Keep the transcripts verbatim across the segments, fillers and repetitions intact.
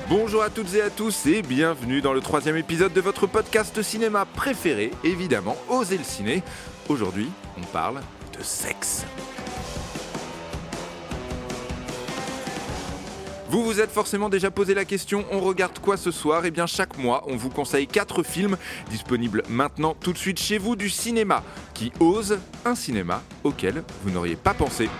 Bonjour à toutes et à tous et bienvenue dans le troisième épisode de votre podcast cinéma préféré, évidemment, Osez le ciné. Aujourd'hui, on parle de sexe. Vous vous êtes forcément déjà posé la question, on regarde quoi ce soir ? Eh bien chaque mois, on vous conseille quatre films disponibles maintenant tout de suite chez vous, du cinéma qui ose, un cinéma auquel vous n'auriez pas pensé.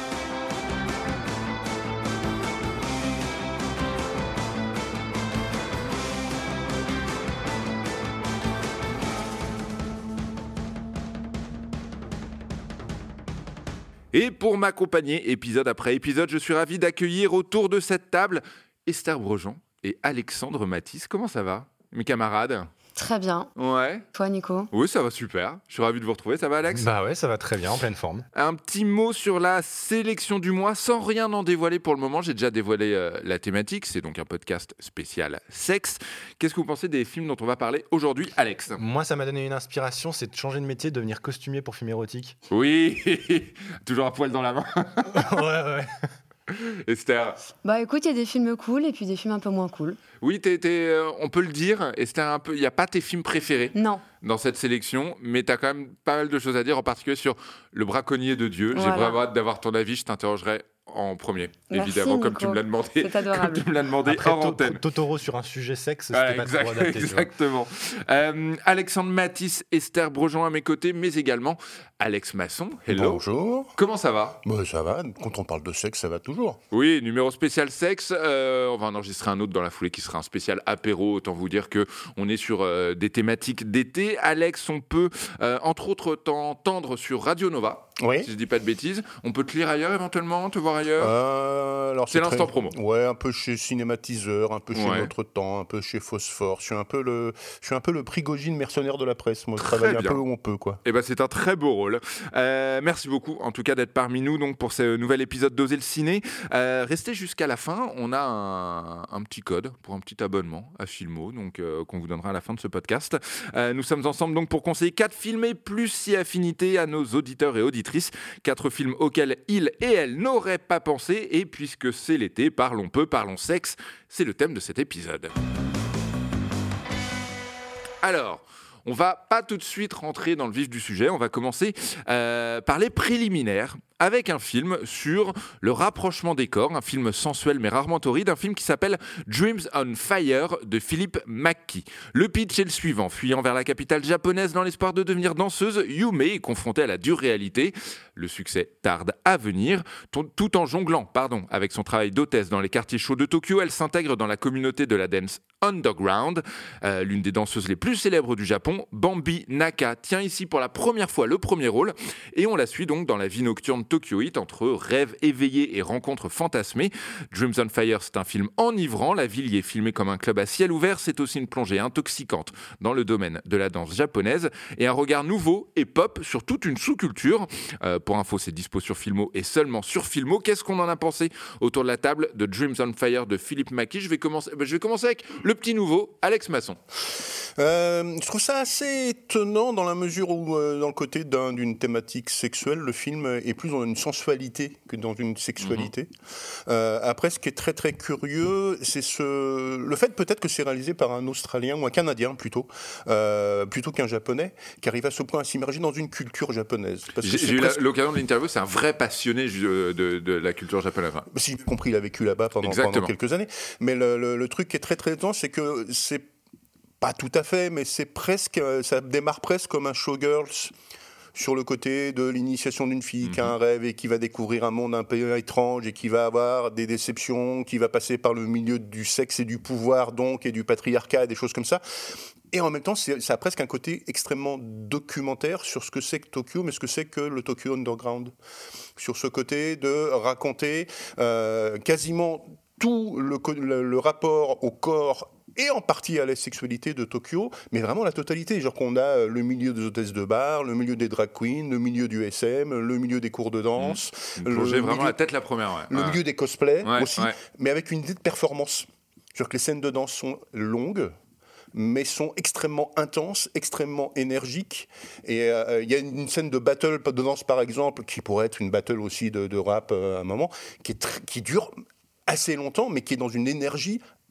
Et pour m'accompagner épisode après épisode, je suis ravi d'accueillir autour de cette table Esther Brejean et Alexandre Matisse. Comment ça va, mes camarades ? Très bien. Ouais. Toi, Nico ? Oui, ça va super. Je suis ravi de vous retrouver. Ça va, Alex ? Bah ouais, ça va très bien, en pleine forme. Un petit mot sur la sélection du mois, sans rien en dévoiler pour le moment. J'ai déjà dévoilé euh, la thématique. C'est donc un podcast spécial sexe. Qu'est-ce que vous pensez des films dont on va parler aujourd'hui, Alex ? Moi, ça m'a donné une inspiration, c'est de changer de métier, de devenir costumier pour film érotique. Oui, toujours un poil dans la main. ouais, ouais. Esther ? Bah écoute, il y a des films cool et puis des films un peu moins cool. Oui, t'es, t'es, euh, on peut le dire, Esther, un peu. Il n'y a pas tes films préférés Non. dans cette sélection, mais tu as quand même pas mal de choses à dire, en particulier sur Le Braconnier de Dieu. Voilà. J'ai vraiment hâte d'avoir ton avis, je t'interrogerai en premier, Merci, évidemment, comme Nico. tu me l'as demandé. C'est adorable. Comme tu me l'as demandé Après, hors to- antenne. Totoro sur un sujet sexe, c'était Ouais, pas exact- trop adapté. tu vois. exactement. Euh, Alexandre Matisse, Esther Brejean à mes côtés, mais également Alex Masson. Hello. Bonjour. Comment ça va ? Bah, ça va, quand on parle de sexe, ça va toujours. Oui, numéro spécial sexe. Euh, on va en enregistrer un autre dans la foulée qui sera un spécial apéro. Autant vous dire qu'on est sur euh, des thématiques d'été. Alex, on peut euh, entre autres t'entendre sur Radio Nova, Oui. si je dis pas de bêtises. On peut te lire ailleurs éventuellement, te voir ailleurs. Euh, alors C'est l'instant promo. Ouais, un peu chez Cinématiseur, un peu chez Ouais. Notre Temps, un peu chez Phosphore. Je suis un peu le, je suis un peu le Prigogine mercenaire de la presse. Moi, je Très travaille bien. un peu où on peut, quoi. Eh ben, c'est un très beau rôle. Euh, merci beaucoup, en tout cas, d'être parmi nous donc, pour ce nouvel épisode d'Oser le ciné. Euh, restez jusqu'à la fin. On a un, un petit code pour un petit abonnement à Filmo, donc, euh, qu'on vous donnera à la fin de ce podcast. Euh, nous sommes ensemble donc, pour conseiller quatre films et plus si affinité à nos auditeurs et auditrices. Quatre films auxquels ils et elles n'auraient pas pensé. Et puisque c'est l'été, parlons peu, parlons sexe. C'est le thème de cet épisode. Alors... On va pas tout de suite rentrer dans le vif du sujet, on va commencer euh, par les préliminaires avec un film sur le rapprochement des corps, un film sensuel mais rarement torride, un film qui s'appelle Dreams on Fire de Philip McKee. Le pitch est le suivant: fuyant vers la capitale japonaise dans l'espoir de devenir danseuse, Yume est confrontée à la dure réalité. Le succès tarde à venir. Tout en jonglant pardon, avec son travail d'hôtesse dans les quartiers chauds de Tokyo, elle s'intègre dans la communauté de la dance underground. Euh, l'une des danseuses les plus célèbres du Japon, Bambi Naka, tient ici pour la première fois le premier rôle et on la suit donc dans la vie nocturne tokyoïte entre rêves éveillés et rencontres fantasmées. Dreams on Fire, c'est un film enivrant. La ville y est filmée comme un club à ciel ouvert. C'est aussi une plongée intoxicante dans le domaine de la danse japonaise et un regard nouveau et pop sur toute une sous-culture. Euh, pour info, c'est dispo sur Filmo et seulement sur Filmo. Qu'est-ce qu'on en a pensé autour de la table de Dreams on Fire de Philip McKee ? Je vais commencer, je vais commencer avec le petit nouveau, Alex Masson. Euh, je trouve ça assez étonnant dans la mesure où, euh, dans le côté d'un, d'une thématique sexuelle, le film est plus dans une sensualité que dans une sexualité. Mmh. Euh, après, ce qui est très très curieux, c'est ce... le fait peut-être que c'est réalisé par un Australien ou un Canadien plutôt, euh, plutôt qu'un Japonais, qui arrive à ce point à s'immerger dans une culture japonaise. Parce j'ai que j'ai eu presque... l'occasion de l'interview, c'est un vrai passionné de, de, de la culture japonaise. Si j'ai compris, il a vécu là-bas pendant, pendant quelques années. Mais le, le, le truc qui est très très étonnant, c'est que c'est pas tout à fait, mais c'est presque, ça démarre presque comme un showgirls sur le côté de l'initiation d'une fille mmh. qui a un rêve et qui va découvrir un monde un peu étrange et qui va avoir des déceptions, qui va passer par le milieu du sexe et du pouvoir donc et du patriarcat et des choses comme ça. Et en même temps, c'est, ça a presque un côté extrêmement documentaire sur ce que c'est que Tokyo, mais ce que c'est que le Tokyo Underground. Sur ce côté de raconter euh, quasiment tout le, le, le rapport au corps et en partie à la sexualité de Tokyo, mais vraiment la totalité. Genre qu'on a le milieu des hôtesses de bar, le milieu des drag queens, le milieu du S M, le milieu des cours de danse. Mmh. Le milieu, vraiment la tête la première. Ouais. Le ouais. milieu des cosplays ouais, aussi, ouais. mais avec une idée de performance. Genre que les scènes de danse sont longues, mais sont extrêmement intenses, extrêmement énergiques. Et il euh, y a une scène de battle de danse, par exemple, qui pourrait être une battle aussi de, de rap euh, à un moment, qui, est tr- qui dure assez longtemps, mais qui est dans une énergie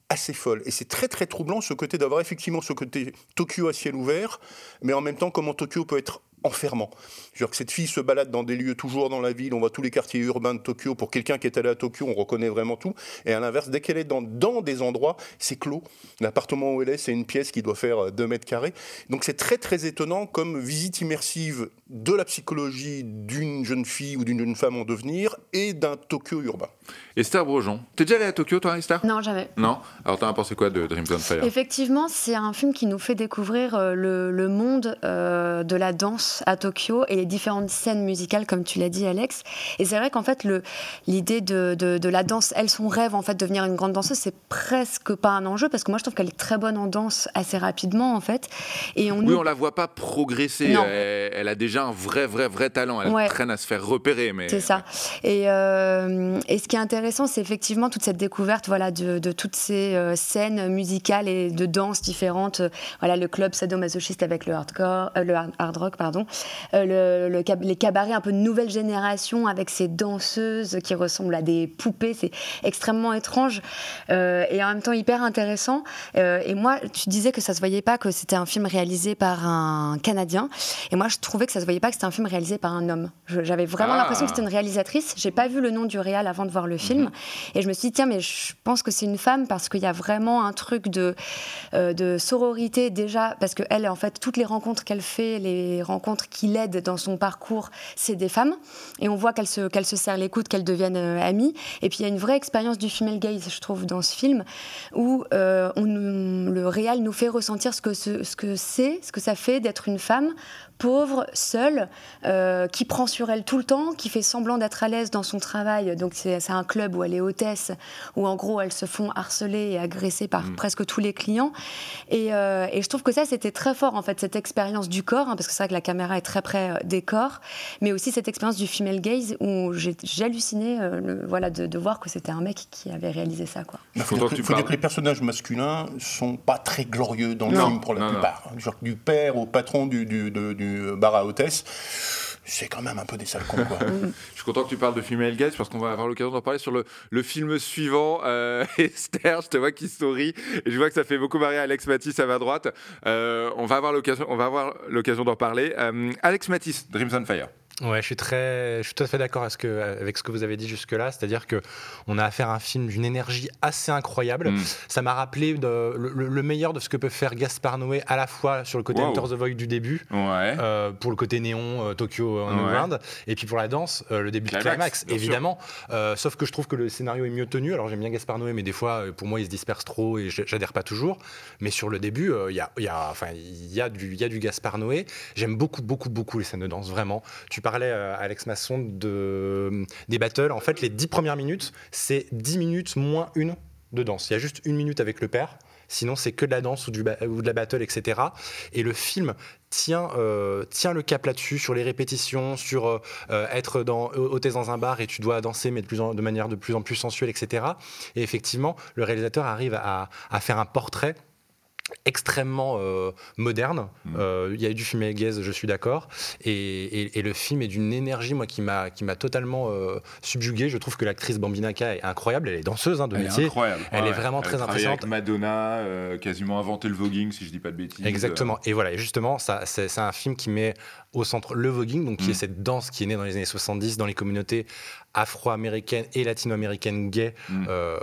assez folle. Et c'est très très troublant ce côté d'avoir effectivement ce côté Tokyo à ciel ouvert, mais en même temps comment Tokyo peut être enfermant. C'est-à-dire que cette fille se balade dans des lieux toujours dans la ville, on voit tous les quartiers urbains de Tokyo. Pour quelqu'un qui est allé à Tokyo, on reconnaît vraiment tout. Et à l'inverse, dès qu'elle est dans, dans des endroits, c'est clos. L'appartement où elle est, c'est une pièce qui doit faire deux mètres carrés. Donc c'est très très étonnant comme visite immersive de la psychologie d'une jeune fille ou d'une jeune femme en devenir et d'un Tokyo urbain. Esther Brojon, t'es déjà allée à Tokyo toi, Esther ? Non, jamais. Non ? Alors t'en as pensé quoi de Dreams on Fire ? Effectivement, c'est un film qui nous fait découvrir euh, le, le monde euh, de la danse à Tokyo et les différentes scènes musicales, comme tu l'as dit, Alex. Et c'est vrai qu'en fait, le, l'idée de, de, de la danse, elle, son rêve, en fait, de devenir une grande danseuse, c'est presque pas un enjeu, parce que moi, je trouve qu'elle est très bonne en danse assez rapidement, en fait. Et on oui, nous... on la voit pas progresser. Elle, elle a déjà un vrai, vrai, vrai talent. Elle ouais. traîne à se faire repérer. Mais... C'est ça. Et, euh, et ce qui est intéressant, c'est effectivement toute cette découverte, voilà, de, de toutes ces euh, scènes musicales et de danse différentes. Voilà, le club sadomasochiste avec le hardcore, euh, le hard rock, pardon. Euh, le, le, les cabarets un peu de nouvelle génération avec ces danseuses qui ressemblent à des poupées, c'est extrêmement étrange euh, et en même temps hyper intéressant. Euh, et moi, tu disais que ça se voyait pas que c'était un film réalisé par un Canadien, et moi je trouvais que ça se voyait pas que c'était un film réalisé par un homme. Je, j'avais vraiment ah. l'impression que c'était une réalisatrice. J'ai pas vu le nom du réal avant de voir le film, et je me suis dit tiens, mais je pense que c'est une femme parce qu'il y a vraiment un truc de euh, de sororité déjà, parce que elle, en fait, toutes les rencontres qu'elle fait, les rencontres qui l'aident dans son parcours, c'est des femmes, et on voit qu'elle se, qu'elle se serre les coudes, qu'elles deviennent euh, amies. Et puis il y a une vraie expérience du female gaze, je trouve, dans ce film, où euh, on, le réal nous fait ressentir ce que, ce, ce que c'est, ce que ça fait d'être une femme pauvre, seule, euh, qui prend sur elle tout le temps, qui fait semblant d'être à l'aise dans son travail. Donc c'est, c'est un club où elle est hôtesse, où en gros elles se font harceler et agresser par mmh. presque tous les clients. Et, euh, et je trouve que ça, c'était très fort, en fait, cette expérience du corps, hein, parce que c'est vrai que la caméra est très près des corps, mais aussi cette expérience du female gaze, où j'ai, j'ai halluciné euh, le, voilà, de, de voir que c'était un mec qui avait réalisé ça. Il faut, dire que, faut dire que les personnages masculins sont pas très glorieux dans le non. film pour la non, plupart. Non. Genre du père au patron du, du, du, du bar à hôtesse, c'est quand même un peu des sales cons, quoi. Je suis content que tu parles de female gaze parce qu'on va avoir l'occasion d'en parler sur le, le film suivant. Euh, Esther, je te vois qui sourit et je vois que ça fait beaucoup marrer Alex Matisse à ma droite. Euh, on va avoir l'occasion, on va avoir l'occasion d'en parler. Euh, Alex Matisse, Dreams on Fire. Ouais, je suis très, je suis tout à fait d'accord avec ce que, avec ce que vous avez dit jusque-là, c'est-à-dire que on a affaire à un film d'une énergie assez incroyable. Mm. Ça m'a rappelé de, le, le meilleur de ce que peut faire Gaspar Noé, à la fois sur le côté wow. Enter the Void du début, ouais. euh, pour le côté néon, euh, Tokyo Underground, ouais. et puis pour la danse, euh, le début Climax, de Climax, évidemment. Euh, sauf que je trouve que le scénario est mieux tenu. Alors j'aime bien Gaspar Noé, mais des fois, pour moi, il se disperse trop et j'adhère pas toujours. Mais sur le début, il euh, y a, il y a, enfin, il y a du, il y a du Gaspar Noé. J'aime beaucoup, beaucoup, beaucoup les scènes de danse, vraiment. Tu parlais, euh, Alex Masson, de, des battles. En fait, les dix premières minutes, c'est dix minutes moins une de danse. Il y a juste une minute avec le père. Sinon, c'est que de la danse ou, du ba- ou de la battle, et cetera. Et le film tient, euh, tient le cap là-dessus, sur les répétitions, sur euh, être dans, hôtesse dans un bar et tu dois danser, mais de, plus en, de manière de plus en plus sensuelle, et cetera. Et effectivement, le réalisateur arrive à, à faire un portrait extrêmement euh, moderne. Il mmh. euh, y a eu du female gaze, je suis d'accord, et, et, et le film est d'une énergie, moi, qui m'a, qui m'a totalement euh, subjugué. Je trouve que l'actrice Bambinaka est incroyable, elle est danseuse hein, de elle métier, est incroyable. elle ouais, est vraiment elle très impressionnante. Avec Madonna, euh, quasiment inventé le voguing, si je dis pas de bêtises. Exactement, et voilà, et justement, ça, c'est, c'est un film qui met au centre le voguing, donc qui mmh. est cette danse qui est née dans les années soixante-dix dans les communautés afro-américaine et latino-américaine gay, mmh. euh,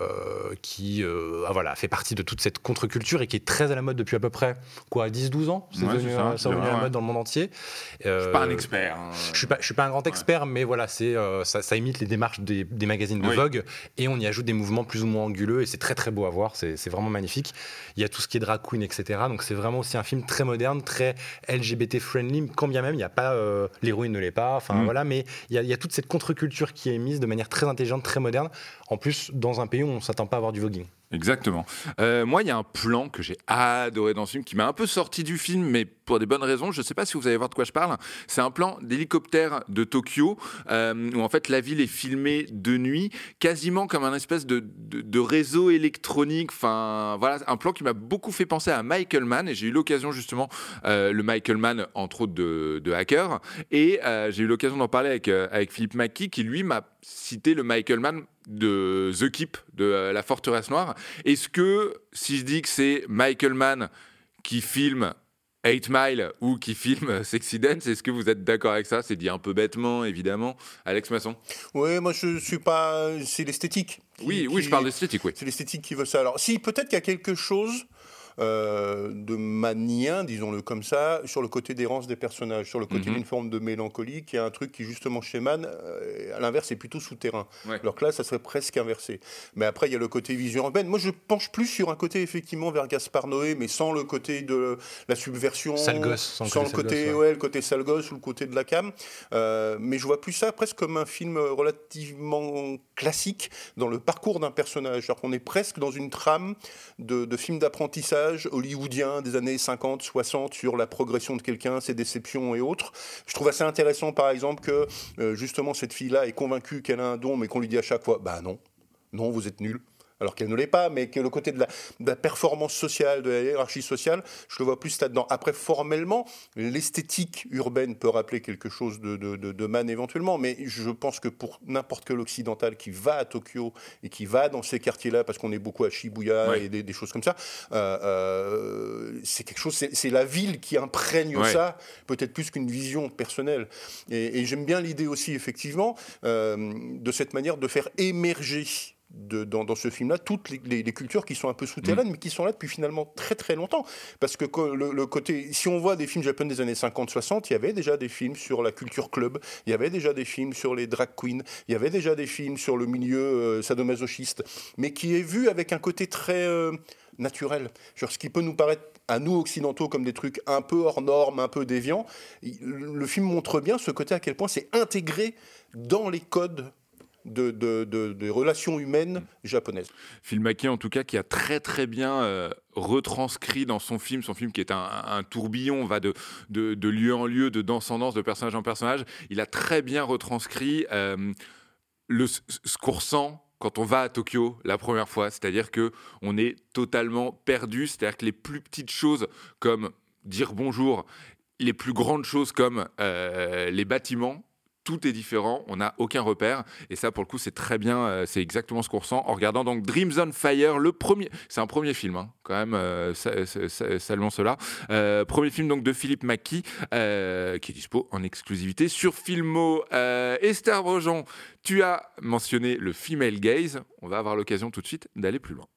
qui euh, ah, voilà, fait partie de toute cette contre-culture et qui est très à la mode depuis à peu près quoi, dix douze ans. C'est ouais, devenu, c'est ça, ça devenu à la ouais. mode dans le monde entier. Euh, je suis pas un expert. Hein. Je suis pas, je suis pas un grand expert, ouais. mais voilà, c'est, euh, ça, ça imite les démarches des, des magazines de oui. Vogue et on y ajoute des mouvements plus ou moins anguleux et c'est très très beau à voir, c'est, c'est vraiment magnifique. Il y a tout ce qui est drag queen, et cetera. Donc c'est vraiment aussi un film très moderne, très L G B T friendly, quand bien même il n'y a pas, euh, l'héroïne ne l'est pas, enfin mmh. voilà, mais il y, a, il y a toute cette contre-culture qui est mise de manière très intelligente, très moderne, en plus dans un pays où on ne s'attend pas à avoir du voguing. Exactement. Euh, moi, il y a un plan que j'ai adoré dans ce film, qui m'a un peu sorti du film, mais pour des bonnes raisons. Je ne sais pas si vous allez voir de quoi je parle. C'est un plan d'hélicoptère de Tokyo, euh, où en fait la ville est filmée de nuit, quasiment comme un espèce de, de, de réseau électronique. Enfin, voilà, un plan qui m'a beaucoup fait penser à Michael Mann. Et j'ai eu l'occasion justement, euh, le Michael Mann, entre autres de, de Hacker, et euh, j'ai eu l'occasion d'en parler avec, euh, avec Philippe Mackie, qui lui m'a cité le Michael Mann de The Keep, de euh, La Forteresse Noire. Est-ce que, si je dis que c'est Michael Mann qui filme Eight Mile ou qui filme Sexy Dance, est-ce que vous êtes d'accord avec ça? C'est dit un peu bêtement, évidemment. Alex Masson? Oui, moi je suis pas... C'est l'esthétique. Qui, oui, oui, qui... je parle d'esthétique, oui. C'est l'esthétique qui veut ça. Alors, si, peut-être qu'il y a quelque chose... Euh, de manien, disons-le comme ça, sur le côté d'errance des personnages, sur le côté mm-hmm. d'une forme de mélancolie, qui est un truc qui, justement, chez Mann, euh, à l'inverse, est plutôt souterrain. Ouais. Alors que là, ça serait presque inversé. Mais après, il y a le côté vision urbaine. Moi, je penche plus sur un côté, effectivement, vers Gaspard Noé, mais sans le côté de la subversion, sale gosse, sans, sans le côté, côté gosse, ouais. Ouais, le côté sale gosse ou le côté de la cam. Euh, mais je vois plus ça presque comme un film relativement classique dans le parcours d'un personnage. Alors qu'on est presque dans une trame de, de film d'apprentissage hollywoodien des années cinquante, soixante sur la progression de quelqu'un, ses déceptions et autres. Je trouve assez intéressant, par exemple, que euh, justement cette fille-là est convaincue qu'elle a un don, mais qu'on lui dit à chaque fois « bah non, non, vous êtes nul ». Alors qu'elle ne l'est pas, mais que le côté de la, de la performance sociale, de la hiérarchie sociale, je le vois plus là-dedans. Après, formellement, l'esthétique urbaine peut rappeler quelque chose de, de, de, de Mann éventuellement, mais je pense que pour n'importe quel occidental qui va à Tokyo et qui va dans ces quartiers-là, parce qu'on est beaucoup à Shibuya ouais. et des, des choses comme ça, euh, euh, c'est quelque chose, c'est, c'est la ville qui imprègne ouais. ça, peut-être plus qu'une vision personnelle. Et, et j'aime bien l'idée aussi, effectivement, euh, de cette manière de faire émerger De, dans, dans ce film-là, toutes les, les, les cultures qui sont un peu souterraines, mmh. mais qui sont là depuis finalement très très longtemps. Parce que le, le côté, si on voit des films japonais des années cinquante soixante, il y avait déjà des films sur la culture club, il y avait déjà des films sur les drag queens, il y avait déjà des films sur le milieu euh, sadomasochiste, mais qui est vu avec un côté très euh, naturel. Genre, ce qui peut nous paraître à nous occidentaux comme des trucs un peu hors normes, un peu déviants, le film montre bien ce côté à quel point c'est intégré dans les codes De, de, de, de relations humaines japonaises. Phil Mackie, en tout cas, qui a très très bien euh, retranscrit dans son film, son film qui est un, un tourbillon, va de, de, de lieu en lieu, de danse en danse, de personnage en personnage. Il a très bien retranscrit euh, le, ce qu'on ressent quand on va à Tokyo la première fois, c'est-à-dire qu'on est totalement perdu, c'est-à-dire que les plus petites choses comme dire bonjour, les plus grandes choses comme euh, les bâtiments, tout est différent, on n'a aucun repère, et ça pour le coup c'est très bien, euh, c'est exactement ce qu'on ressent en regardant donc Dreams on Fire, le premier, c'est un premier film hein, quand même, euh, saluons cela, euh, premier film donc de Philippe Mackie euh, qui est dispo en exclusivité sur Filmo. euh, Esther Brejon, tu as mentionné le female gaze, on va avoir l'occasion tout de suite d'aller plus loin.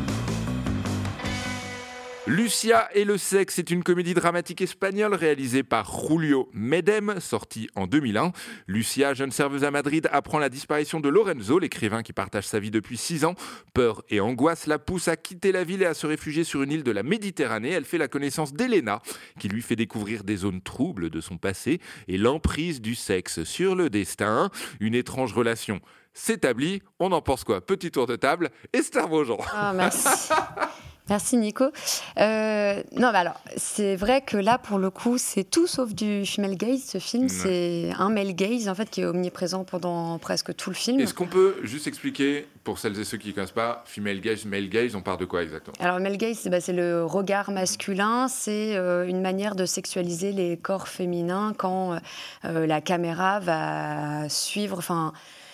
Lucia et le sexe est une comédie dramatique espagnole réalisée par Julio Medem, sortie en deux mille un. Lucia, jeune serveuse à Madrid, apprend la disparition de Lorenzo, l'écrivain qui partage sa vie depuis six ans. Peur et angoisse la poussent à quitter la ville et à se réfugier sur une île de la Méditerranée. Elle fait la connaissance d'Elena, qui lui fait découvrir des zones troubles de son passé et l'emprise du sexe sur le destin. Une étrange relation s'établit. On en pense quoi? Petit tour de table. Esther Brejon. Ah, merci. Merci Nico. Euh, non, bah alors, c'est vrai que là, pour le coup, c'est tout sauf du female gaze. Ce film, ouais. c'est un male gaze en fait qui est omniprésent pendant presque tout le film. Est-ce qu'on peut juste expliquer pour celles et ceux qui ne connaissent pas, female gaze, male gaze, on parle de quoi exactement? Alors, male gaze, c'est, bah, c'est le regard masculin. C'est euh, une manière de sexualiser les corps féminins quand euh, la caméra va suivre, enfin,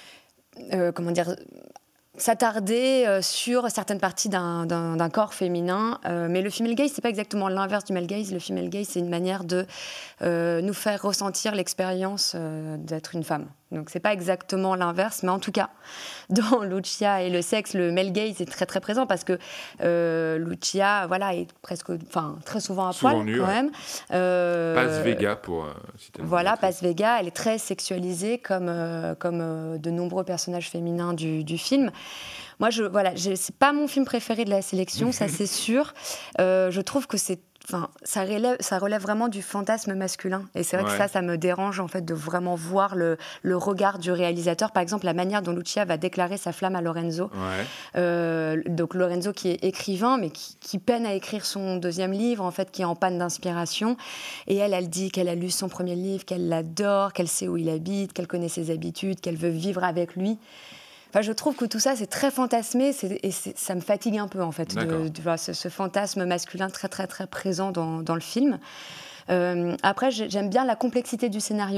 euh, comment dire. s'attarder euh, sur certaines parties d'un, d'un, d'un corps féminin. Euh, mais le female gaze, c'est pas exactement l'inverse du male gaze. Le female gaze, c'est une manière de euh, nous faire ressentir l'expérience euh, d'être une femme. Donc c'est pas exactement l'inverse, mais en tout cas, dans Lucia et le sexe, le male gaze est très très présent parce que euh, Lucia, voilà, est presque, enfin très souvent à souvent poil nu, quand ouais. même. Euh, Paz Vega pour. Euh, voilà, Paz Vega, elle est très sexualisée comme euh, comme euh, de nombreux personnages féminins du, du film. Moi, je voilà, je, c'est pas mon film préféré de la sélection, ça c'est sûr. Euh, je trouve que c'est Enfin, ça relève, ça relève vraiment du fantasme masculin. Et c'est vrai ouais. que ça, ça me dérange en fait de vraiment voir le, le regard du réalisateur. Par exemple, la manière dont Lucia va déclarer sa flamme à Lorenzo. Ouais. Euh, donc Lorenzo qui est écrivain, mais qui, qui peine à écrire son deuxième livre, en fait, qui est en panne d'inspiration. Et elle, elle dit qu'elle a lu son premier livre, qu'elle l'adore, qu'elle sait où il habite, qu'elle connaît ses habitudes, qu'elle veut vivre avec lui. Enfin, je trouve que tout ça, c'est très fantasmé c'est, et c'est, ça me fatigue un peu, en fait, de, de voir ce, ce fantasme masculin très, très, très présent dans, dans le film. Euh, après, j'aime bien la complexité du scénario.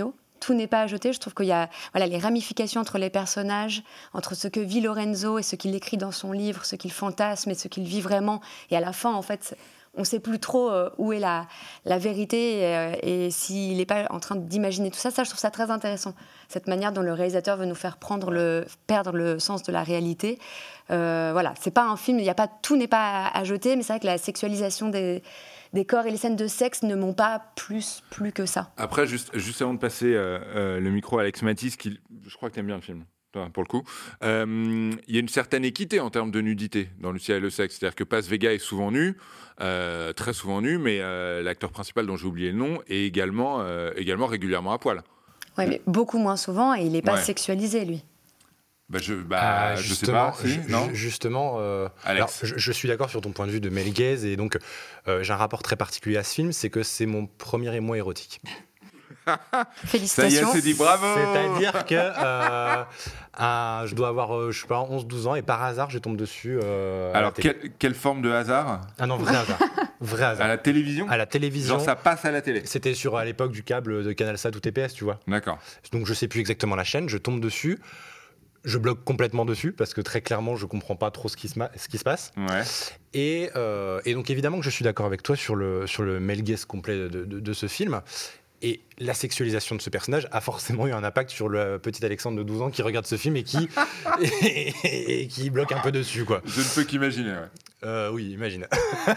tout n'est pas à jeter. Je trouve qu'il y a voilà, les ramifications entre les personnages, entre ce que vit Lorenzo et ce qu'il écrit dans son livre, ce qu'il fantasme et ce qu'il vit vraiment. Et à la fin, en fait, on ne sait plus trop euh, où est la, la vérité et, euh, et s'il n'est pas en train d'imaginer tout ça. Ça, je trouve ça très intéressant. Cette manière dont le réalisateur veut nous faire prendre le, perdre le sens de la réalité. Euh, voilà, c'est pas un film, y a pas, tout n'est pas à, à jeter, mais c'est vrai que la sexualisation des, des corps et les scènes de sexe ne m'ont pas plus, plus que ça. Après, juste, juste avant de passer euh, euh, le micro à Alex Matisse, qui, je crois que tu aimes bien le film. Pour le coup, il euh, y a une certaine équité en termes de nudité dans Le ciel et le sexe. C'est-à-dire que Paz Vega est souvent nu, euh, très souvent nu, mais euh, l'acteur principal, dont j'ai oublié le nom, est également, euh, également régulièrement à poil. Oui, mais beaucoup moins souvent, et il n'est pas ouais. sexualisé, lui. Bah je, bah, euh, je sais pas. Si, non justement, euh, alors, je, je suis d'accord sur ton point de vue de male gaze, et donc euh, j'ai un rapport très particulier à ce film, c'est que c'est mon premier émoi érotique. Félicitations. Ça y est, c'est dit bravo. C'est-à-dire que euh, un, je dois avoir, euh, je sais pas, onze douze ans et par hasard, je tombe dessus. Euh, Alors, quelle, quelle forme de hasard? Ah non, vrai hasard. Vrai hasard. À la télévision? À la télévision. Genre, ça passe à la télé? C'était sur, à l'époque du câble de CanalSat ou T P S, tu vois. D'accord. Donc, je sais plus exactement la chaîne, je tombe dessus. Je bloque complètement dessus parce que très clairement, je comprends pas trop ce qui se, ma- ce qui se passe. Ouais. Et, euh, et donc, évidemment que je suis d'accord avec toi sur le, sur le male gaze complet de, de, de ce film. Et la sexualisation de ce personnage a forcément eu un impact sur le petit Alexandre de douze ans qui regarde ce film et qui, et, et, et qui bloque un peu dessus, quoi. Je ne peux qu'imaginer, ouais. Euh, oui, imagine.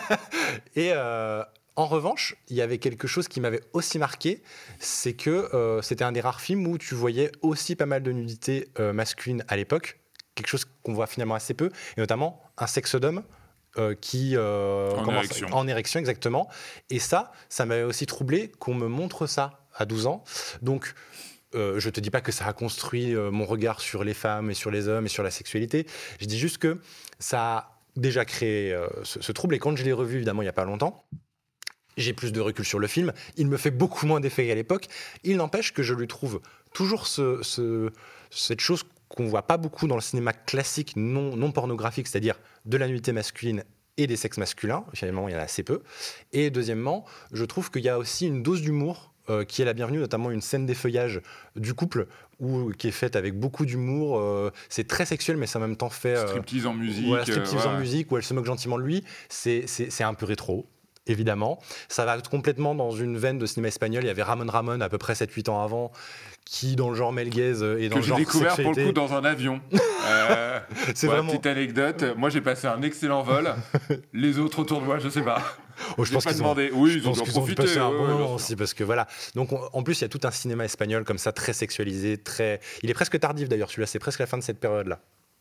Et euh, en revanche, il y avait quelque chose qui m'avait aussi marqué, c'est que euh, c'était un des rares films où tu voyais aussi pas mal de nudité euh, masculine à l'époque, quelque chose qu'on voit finalement assez peu, et notamment un sexodome. Euh, qui euh, en, commence, érection. en érection, exactement. Et ça, ça m'avait aussi troublé qu'on me montre ça à douze ans. Donc, euh, je te dis pas que ça a construit euh, mon regard sur les femmes et sur les hommes et sur la sexualité. Je dis juste que ça a déjà créé euh, ce, ce trouble. Et quand je l'ai revu, évidemment, il y a pas longtemps, j'ai plus de recul sur le film. Il me fait beaucoup moins d'effet qu'à l'époque. Il n'empêche que je lui trouve toujours ce, ce, cette chose qu'on ne voit pas beaucoup dans le cinéma classique non, non pornographique, c'est-à-dire de la nudité masculine et des sexes masculins. Finalement, il y en a assez peu. Et deuxièmement, je trouve qu'il y a aussi une dose d'humour euh, qui est la bienvenue, notamment une scène d'effeuillage du couple où, qui est faite avec beaucoup d'humour. Euh, c'est très sexuel, mais c'est en même temps fait... Euh, striptease en musique. Ouais, striptease euh, en ouais. musique, où elle se moque gentiment de lui. C'est, c'est, c'est un peu rétro. Évidemment, ça va complètement dans une veine de cinéma espagnol. Il y avait Ramon Ramon à peu près sept huit ans avant, qui dans le genre male gaze et dans que le genre j'ai découvert sexualité. pour le coup dans un avion. euh, c'est ouais, vraiment petite anecdote. Moi, j'ai passé un excellent vol. Les autres autour de moi, je sais pas. Oh, je j'ai pense pas qu'ils demandé. Ont, oui, je ils pense ont qu'ils ont profité. passé un bon ouais, moment aussi parce que voilà. Donc on, en plus, il y a tout un cinéma espagnol comme ça, très sexualisé, très. Il est presque tardif d'ailleurs. Celui-là, c'est presque la fin de cette période-là.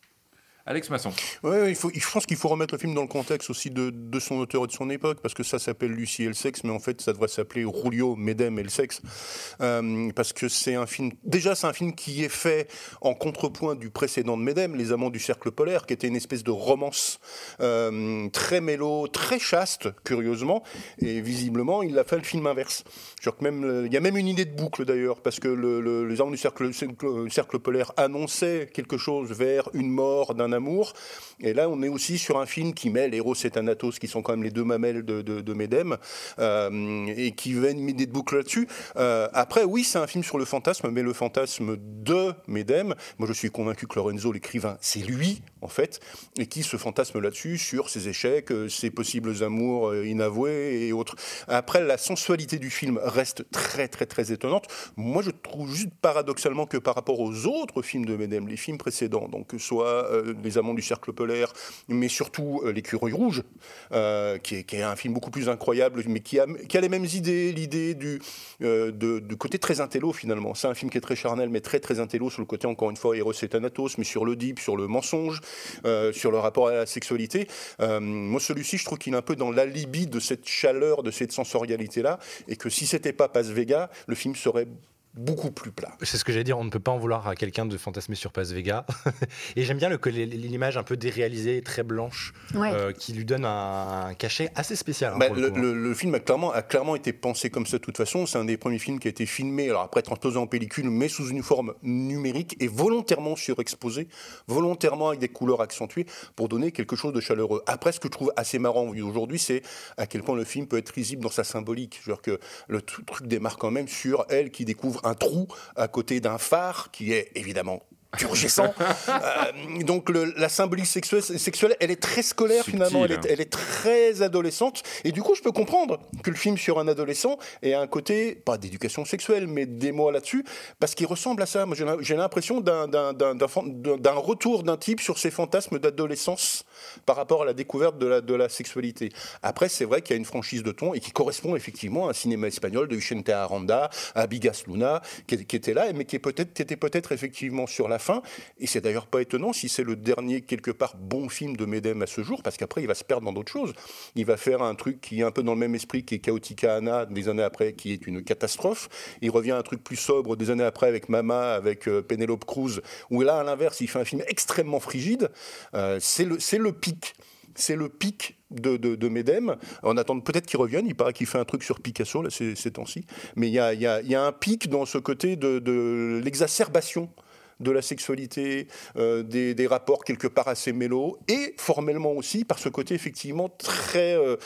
Alex Masson. Ouais, il faut, je pense qu'il faut remettre le film dans le contexte aussi de, de son auteur et de son époque, parce que ça s'appelle Lucie et le sexe, mais en fait ça devrait s'appeler Julio, Medem et le sexe, euh, parce que c'est un film, déjà c'est un film qui est fait en contrepoint du précédent de Medem, Les Amants du Cercle Polaire, qui était une espèce de romance euh, très mélo, très chaste, curieusement, et visiblement il a fait le film inverse. Genre que même, il y a même une idée de boucle d'ailleurs, parce que le, le, Les Amants du Cercle, le Cercle Polaire annonçait quelque chose vers une mort d'un amour, et là on est aussi sur un film qui mêle Eros et Thanatos, qui sont quand même les deux mamelles de, de, de Medem, euh, et qui va une idée de boucle là-dessus. Euh, après oui, c'est un film sur le fantasme, mais le fantasme de Medem, moi je suis convaincu que Lorenzo l'écrivain, c'est lui en fait, et qui se fantasme là-dessus, sur ses échecs, ses possibles amours inavoués et autres. Après, la sensualité du film reste très très très étonnante. Moi je trouve juste paradoxalement que par rapport aux autres films de Medem, les films précédents, donc que ce soit euh, Les Amants du Cercle Polaire, mais surtout euh, L'Écureuil Rouge, euh, qui, est, qui est un film beaucoup plus incroyable, mais qui a, qui a les mêmes idées, l'idée du, euh, de, du côté très intello finalement. C'est un film qui est très charnel, mais très très intello sur le côté, encore une fois, Eros et Thanatos, mais sur l'Oedipe, sur le mensonge, euh, sur le rapport à la sexualité. Euh, moi, celui-ci, je trouve qu'il est un peu dans l'alibi de cette chaleur, de cette sensorialité-là, et que si c'était pas Paz Vega, le film serait beaucoup plus plat. C'est ce que j'allais dire, on ne peut pas en vouloir à quelqu'un de fantasmer sur Paz Vega. Et j'aime bien le, l'image un peu déréalisée, très blanche, ouais. euh, qui lui donne un, un cachet assez spécial. Hein, bah, pour le, le, coup, le, le film a clairement, a clairement été pensé comme ça de toute façon. C'est un des premiers films qui a été filmé, alors après transposé en pellicule, mais sous une forme numérique et volontairement surexposé, volontairement avec des couleurs accentuées pour donner quelque chose de chaleureux. Après, ce que je trouve assez marrant vu aujourd'hui, c'est à quel point le film peut être risible dans sa symbolique. C'est-à-dire que le truc démarre quand même sur elle qui découvre un trou à côté d'un phare qui est évidemment turgescent. euh, donc le, la symbolique sexuelle, sexuelle, elle est très scolaire subtil, finalement, elle est, elle est très adolescente. Et du coup, je peux comprendre que le film sur un adolescent ait un côté, pas d'éducation sexuelle, mais des mots là-dessus, parce qu'il ressemble à ça. Moi, j'ai, j'ai l'impression d'un, d'un, d'un, d'un, d'un retour d'un type sur ses fantasmes d'adolescence par rapport à la découverte de la, de la sexualité. Après, c'est vrai qu'il y a une franchise de ton et qui correspond effectivement à un cinéma espagnol de Vicente Aranda, à Bigas Luna, qui, qui était là, mais qui, est peut-être, qui était peut-être effectivement sur la fin. Et c'est d'ailleurs pas étonnant si c'est le dernier, quelque part, bon film de Medem à ce jour, parce qu'après, il va se perdre dans d'autres choses. Il va faire un truc qui est un peu dans le même esprit, qui est Chaotica Anna, des années après, qui est une catastrophe. Il revient à un truc plus sobre des années après avec Mama, avec euh, Penelope Cruz, où là, à l'inverse, il fait un film extrêmement frigide. Euh, c'est, le, c'est le pic. C'est le pic de, de, de Medem. On attend peut-être qu'il revienne. Il paraît qu'il fait un truc sur Picasso là, ces, ces temps-ci. Mais il y a, y a, y a un pic dans ce côté de, de l'exacerbation de la sexualité, euh, des, des rapports quelque part assez mélos, et formellement aussi par ce côté effectivement très euh,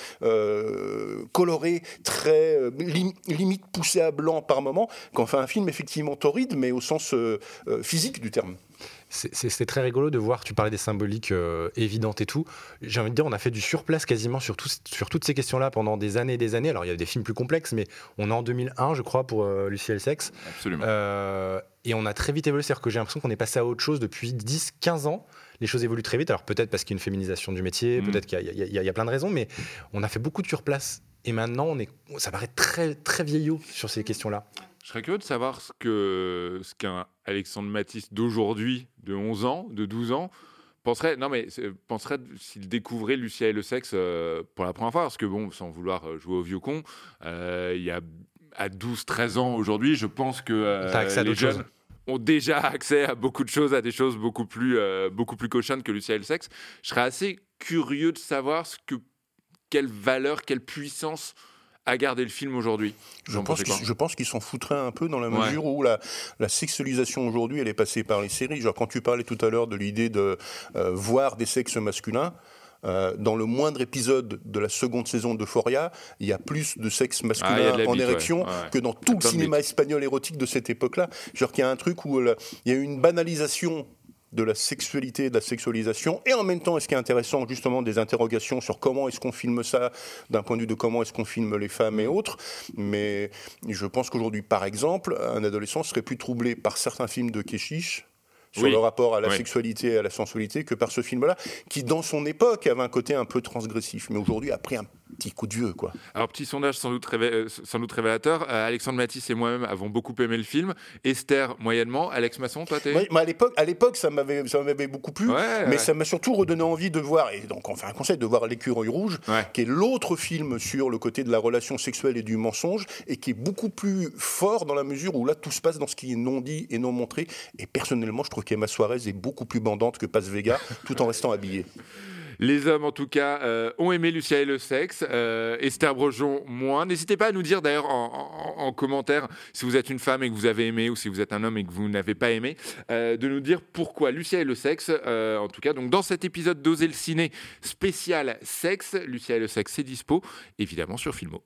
euh, coloré, très euh, lim, limite poussé à blanc par moment, quand on fait un film effectivement torride, mais au sens euh, euh, physique du terme. C'est, c'est, c'est très rigolo de voir, tu parlais des symboliques euh, évidentes et tout. J'ai envie de dire, on a fait du surplace quasiment sur, tout, sur toutes ces questions-là pendant des années et des années. Alors, il y a des films plus complexes, mais on est en deux mille un, je crois, pour euh, Lucie et le sexe. Absolument. Euh, et on a très vite évolué. C'est-à-dire que j'ai l'impression qu'on est passé à autre chose depuis dix quinze ans. Les choses évoluent très vite. Alors, peut-être parce qu'il y a une féminisation du métier, mmh. peut-être qu'il y a, il y, a, il y a plein de raisons, mais on a fait beaucoup de surplace. Et maintenant, on est, ça paraît très, très vieillot sur ces questions-là. Je serais curieux de savoir ce, que, ce qu'un Alexandre Matisse d'aujourd'hui, de onze ans, de douze ans, penserait, non mais, penserait s'il découvrait Lucia et le sexe euh, pour la première fois. Parce que, bon, sans vouloir jouer au vieux con, euh, il y a à douze treize ans aujourd'hui, je pense que euh, les jeunes choses. ont déjà accès à beaucoup de choses, à des choses beaucoup plus, euh, beaucoup plus cochonnes que Lucia et le sexe. Je serais assez curieux de savoir ce que, quelle valeur, quelle puissance à garder le film aujourd'hui. Je pense, je pense qu'ils s'en foutraient un peu dans la mesure ouais. où la, la sexualisation aujourd'hui, elle est passée par les séries. Genre, quand tu parlais tout à l'heure de l'idée de euh, voir des sexes masculins, euh, dans le moindre épisode de la seconde saison d'Euphoria, il y a plus de sexe masculin ah, en bite, érection ouais. Ouais. que dans tout le cinéma bite. espagnol érotique de cette époque-là. Genre qu'il y a un truc où il y a eu une banalisation de la sexualité, de la sexualisation, et en même temps, ce qui est intéressant, justement, des interrogations sur comment est-ce qu'on filme ça, d'un point de vue de comment est-ce qu'on filme les femmes et autres. Mais je pense qu'aujourd'hui, par exemple, un adolescent serait plus troublé par certains films de Keshish, sur oui. le rapport à la oui. sexualité et à la sensualité, que par ce film-là, qui, dans son époque, avait un côté un peu transgressif, mais aujourd'hui a pris un petit coup de vieux, quoi. Alors, petit sondage sans doute, révé- sans doute révélateur. Euh, Alexandre Matisse et moi-même avons beaucoup aimé le film. Esther, moyennement. Alex Masson, toi, t'es... Oui, mais à l'époque, à l'époque ça, m'avait, ça m'avait beaucoup plu, ouais, mais ouais. ça m'a surtout redonné envie de voir, et donc on fait un conseil, de voir L'écureuil rouge, ouais. qui est l'autre film sur le côté de la relation sexuelle et du mensonge, et qui est beaucoup plus fort dans la mesure où là, tout se passe dans ce qui est non dit et non montré. Et personnellement, je trouve qu'Emma Suarez est beaucoup plus bandante que Paz Vega, tout en restant habillée. Les hommes, en tout cas, euh, ont aimé Lucia et le sexe. Euh, Esther Brejon, moins. N'hésitez pas à nous dire, d'ailleurs, en, en, en commentaire, si vous êtes une femme et que vous avez aimé, ou si vous êtes un homme et que vous n'avez pas aimé, euh, de nous dire pourquoi Lucia et le sexe. Euh, en tout cas, donc, dans cet épisode d'Oser le ciné spécial sexe, Lucia et le sexe, c'est dispo, évidemment, sur Filmo.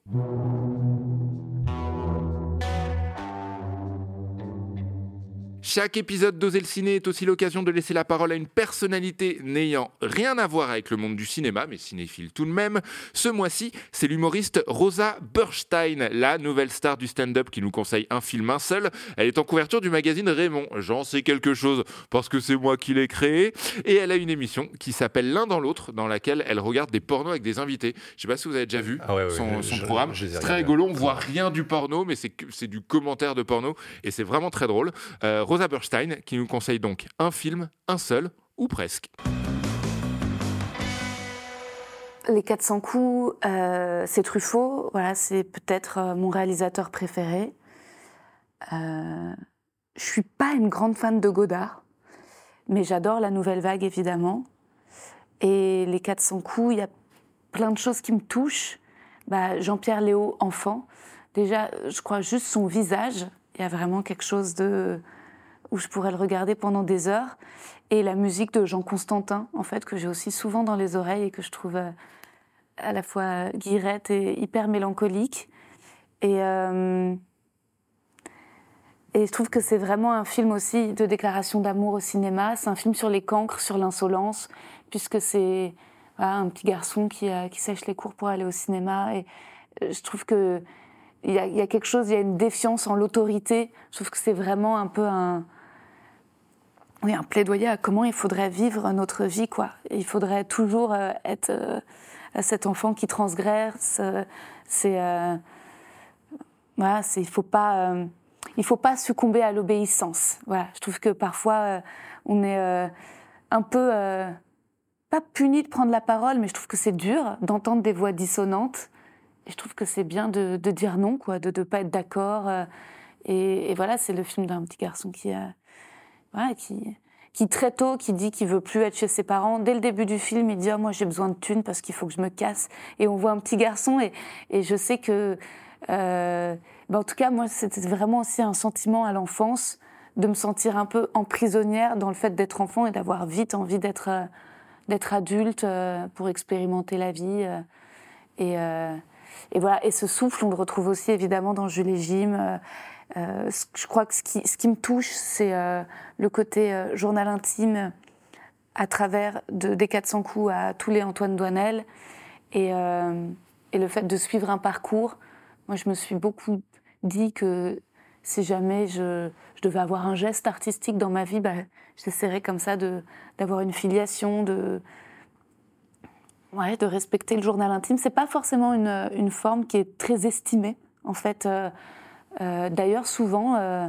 Chaque épisode d'Oser le ciné est aussi l'occasion de laisser la parole à une personnalité n'ayant rien à voir avec le monde du cinéma, mais cinéphile tout de même. Ce mois-ci, c'est l'humoriste Rosa Burstein, la nouvelle star du stand-up qui nous conseille un film, un seul. Elle est en couverture du magazine Raymond. J'en sais quelque chose parce que c'est moi qui l'ai créé. Et elle a une émission qui s'appelle L'un dans l'autre, dans laquelle elle regarde des pornos avec des invités. Je sais pas si vous avez déjà vu ah ouais, ouais, son, je, son je, programme. Je, je c'est très rigolo, on voit rien du porno, mais c'est, c'est du commentaire de porno et c'est vraiment très drôle. Euh, Rosa Burstein qui nous conseille donc un film, un seul ou presque. Les quatre cents coups, euh, c'est Truffaut. Voilà, c'est peut-être euh, mon réalisateur préféré. Euh, je suis pas une grande fan de Godard, mais j'adore La Nouvelle Vague évidemment. Et les quatre cents coups, il y a plein de choses qui me touchent. Bah, Jean-Pierre Léaud, enfant. Déjà, je crois juste son visage. Il y a vraiment quelque chose de où je pourrais le regarder pendant des heures. Et la musique de Jean Constantin, en fait, que j'ai aussi souvent dans les oreilles et que je trouve euh, à la fois guirette et hyper mélancolique. Et, euh, Et je trouve que c'est vraiment un film aussi de déclaration d'amour au cinéma. C'est un film sur les cancres, sur l'insolence, puisque c'est voilà, un petit garçon qui, euh, qui sèche les cours pour aller au cinéma. Et je trouve que il y, y a quelque chose, il y a une défiance en l'autorité. Je trouve que c'est vraiment un peu un, oui, un plaidoyer à comment il faudrait vivre notre vie, quoi. Il faudrait toujours euh, être euh, cet enfant qui transgresse. Euh, c'est, euh, voilà, c'est, il faut pas. Euh, Il ne faut pas succomber à l'obéissance. Voilà. Je trouve que parfois, euh, on est euh, un peu, euh, pas puni de prendre la parole, mais je trouve que c'est dur d'entendre des voix dissonantes. Et je trouve que c'est bien de, de dire non, quoi, de ne pas être d'accord. Euh, et, et voilà, c'est le film d'un petit garçon qui, euh, voilà, qui, qui très tôt, qui dit qu'il ne veut plus être chez ses parents. Dès le début du film, il dit oh, « moi j'ai besoin de thunes parce qu'il faut que je me casse ». Et on voit un petit garçon et, et je sais que... Euh, ben en tout cas, moi, c'était vraiment aussi un sentiment à l'enfance de me sentir un peu emprisonnière dans le fait d'être enfant et d'avoir vite envie d'être, euh, d'être adulte euh, pour expérimenter la vie. Euh, et, euh, et voilà. Et ce souffle, on le retrouve aussi évidemment dans Jules et Jim. Euh, euh, je crois que ce qui, ce qui me touche, c'est euh, le côté euh, journal intime à travers de, des quatre cents coups à tous les Antoine Doinel et, euh, et le fait de suivre un parcours. Moi, je me suis beaucoup dit que si jamais je, je devais avoir un geste artistique dans ma vie, bah, j'essaierais comme ça de, d'avoir une filiation, de, ouais, de respecter le journal intime. C'est pas forcément une, une forme qui est très estimée, en fait. Euh, euh, d'ailleurs, souvent, euh,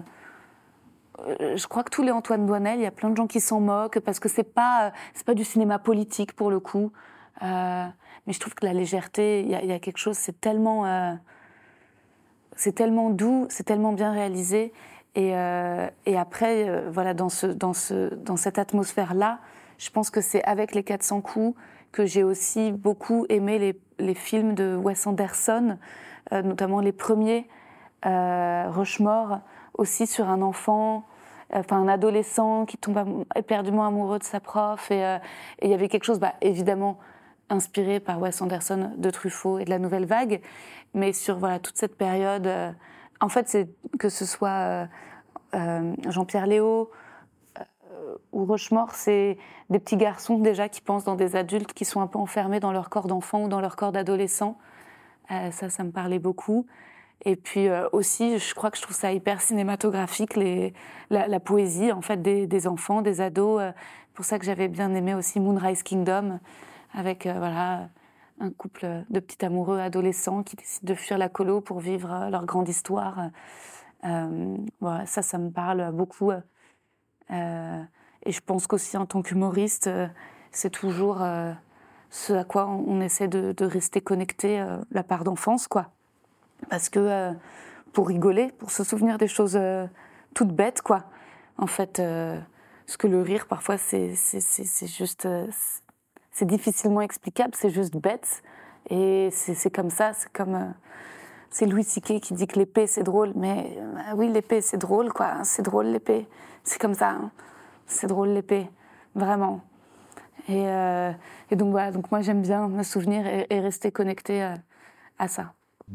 je crois que tous les Antoine Doinel, il y a plein de gens qui s'en moquent parce que c'est pas, c'est pas du cinéma politique pour le coup. Euh, mais je trouve que la légèreté, il y, y a quelque chose, c'est tellement... Euh, C'est tellement doux, c'est tellement bien réalisé. Et, euh, et après, euh, voilà, dans, ce, dans, ce, dans cette atmosphère-là, je pense que c'est avec les quatre cents coups que j'ai aussi beaucoup aimé les, les films de Wes Anderson, euh, notamment les premiers, euh, Rushmore, aussi sur un enfant, enfin un adolescent qui tombe am- éperdument amoureux de sa prof. Et euh, il y avait quelque chose, bah, évidemment, inspiré par Wes Anderson, de Truffaut et de la Nouvelle Vague, mais sur voilà, toute cette période, euh, en fait, c'est que ce soit euh, euh, Jean-Pierre Léaud euh, ou Rushmore, c'est des petits garçons déjà qui pensent dans des adultes qui sont un peu enfermés dans leur corps d'enfant ou dans leur corps d'adolescent. Euh, ça, ça me parlait beaucoup. Et puis euh, aussi, je crois que je trouve ça hyper cinématographique, les, la, la poésie en fait, des, des enfants, des ados. Euh, c'est pour ça que j'avais bien aimé aussi Moonrise Kingdom, avec... Euh, voilà, un couple de petits amoureux adolescents qui décident de fuir la colo pour vivre leur grande histoire. Euh, voilà, ça, ça me parle beaucoup. Euh, et je pense qu'aussi, en tant qu'humoriste, euh, c'est toujours euh, ce à quoi on, on essaie de, de rester connecté, euh, la part d'enfance, quoi. Parce que euh, pour rigoler, pour se souvenir des choses euh, toutes bêtes, quoi. En fait, euh, parce que le rire, parfois, c'est, c'est, c'est, c'est juste... Euh, c'est, C'est difficilement explicable, c'est juste bête. Et c'est, c'est comme ça, c'est comme... Euh, c'est Louis C K qui dit que l'épée, c'est drôle. Mais euh, oui, l'épée, c'est drôle, quoi. Hein, c'est drôle, l'épée. C'est comme ça. Hein. C'est drôle, l'épée. Vraiment. Et, euh, et donc, voilà. Donc, moi, j'aime bien me souvenir et, et rester connectée à, à ça.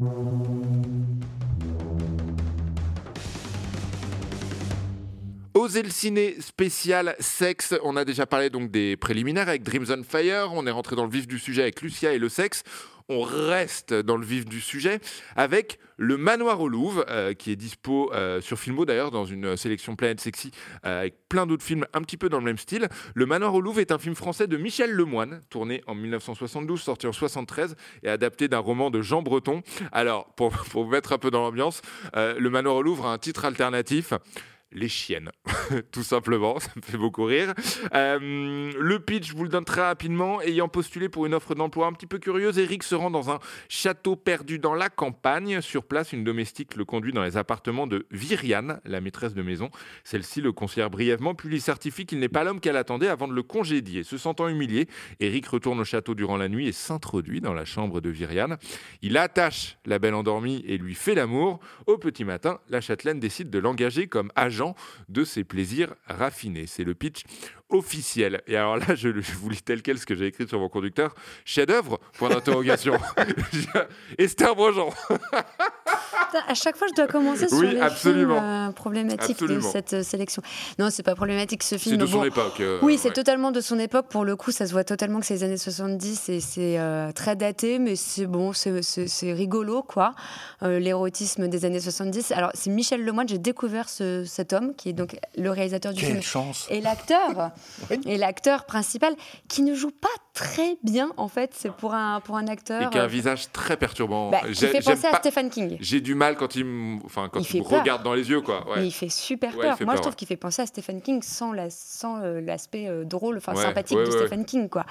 Oser le ciné spécial sexe, on a déjà parlé donc des préliminaires avec Dreams on Fire, on est rentré dans le vif du sujet avec Lucia et le sexe, on reste dans le vif du sujet avec Le Manoir au Louvre, euh, qui est dispo euh, sur Filmo d'ailleurs dans une sélection Planète Sexy euh, avec plein d'autres films un petit peu dans le même style. Le Manoir au Louvre est un film français de Michel Lemoine, tourné en dix-neuf cent soixante-douze, sorti en soixante-treize et adapté d'un roman de Jean Breton. Alors, pour, pour vous mettre un peu dans l'ambiance, euh, Le Manoir au Louvre a un titre alternatif. Les chiennes, tout simplement, ça me fait beaucoup rire. Euh, le pitch, je vous le donne très rapidement. Ayant postulé pour une offre d'emploi un petit peu curieuse, Eric se rend dans un château perdu dans la campagne. Sur place, une domestique le conduit dans les appartements de Viriane, la maîtresse de maison. Celle-ci le considère brièvement, puis lui certifie qu'il n'est pas l'homme qu'elle attendait avant de le congédier. Se sentant humilié, Eric retourne au château durant la nuit et s'introduit dans la chambre de Viriane. Il attache la belle endormie et lui fait l'amour. Au petit matin, la châtelaine décide de l'engager comme agent de ses plaisirs raffinés. C'est le pitch officiel. Et alors là, je, je vous lis tel quel ce que j'ai écrit sur mon conducteur. Chef-d'œuvre ? Point d'interrogation. Esther Brejean. À chaque fois, je dois commencer sur oui, les absolument. films euh, problématiques absolument. de cette euh, sélection. Non, c'est pas problématique ce film. C'est de bon, son époque. Euh, oui, c'est ouais. totalement de son époque. Pour le coup, ça se voit totalement que c'est les années soixante-dix et c'est euh, très daté, mais c'est bon, c'est, c'est, c'est rigolo, quoi. Euh, l'érotisme des années soixante-dix. Alors, c'est Michel Lemoine, j'ai découvert ce, cet homme, qui est donc le réalisateur du Quelle film. chance. Et l'acteur, Oui. et l'acteur principal, qui ne joue pas très bien, en fait. C'est pour un, pour un acteur. Et qui a un euh, visage très perturbant. bah, qui J'ai- fait j'aime penser à pas- Stephen King. J'ai du mal quand il me, enfin, quand Il il fait me peur. regarde dans les yeux, quoi. Ouais. Mais il fait super Ouais, peur. il fait Moi, peur, je trouve ouais. qu'il fait penser à Stephen King sans, la, sans euh, l'aspect euh, drôle, enfin Ouais, sympathique ouais, de ouais. Stephen King, quoi.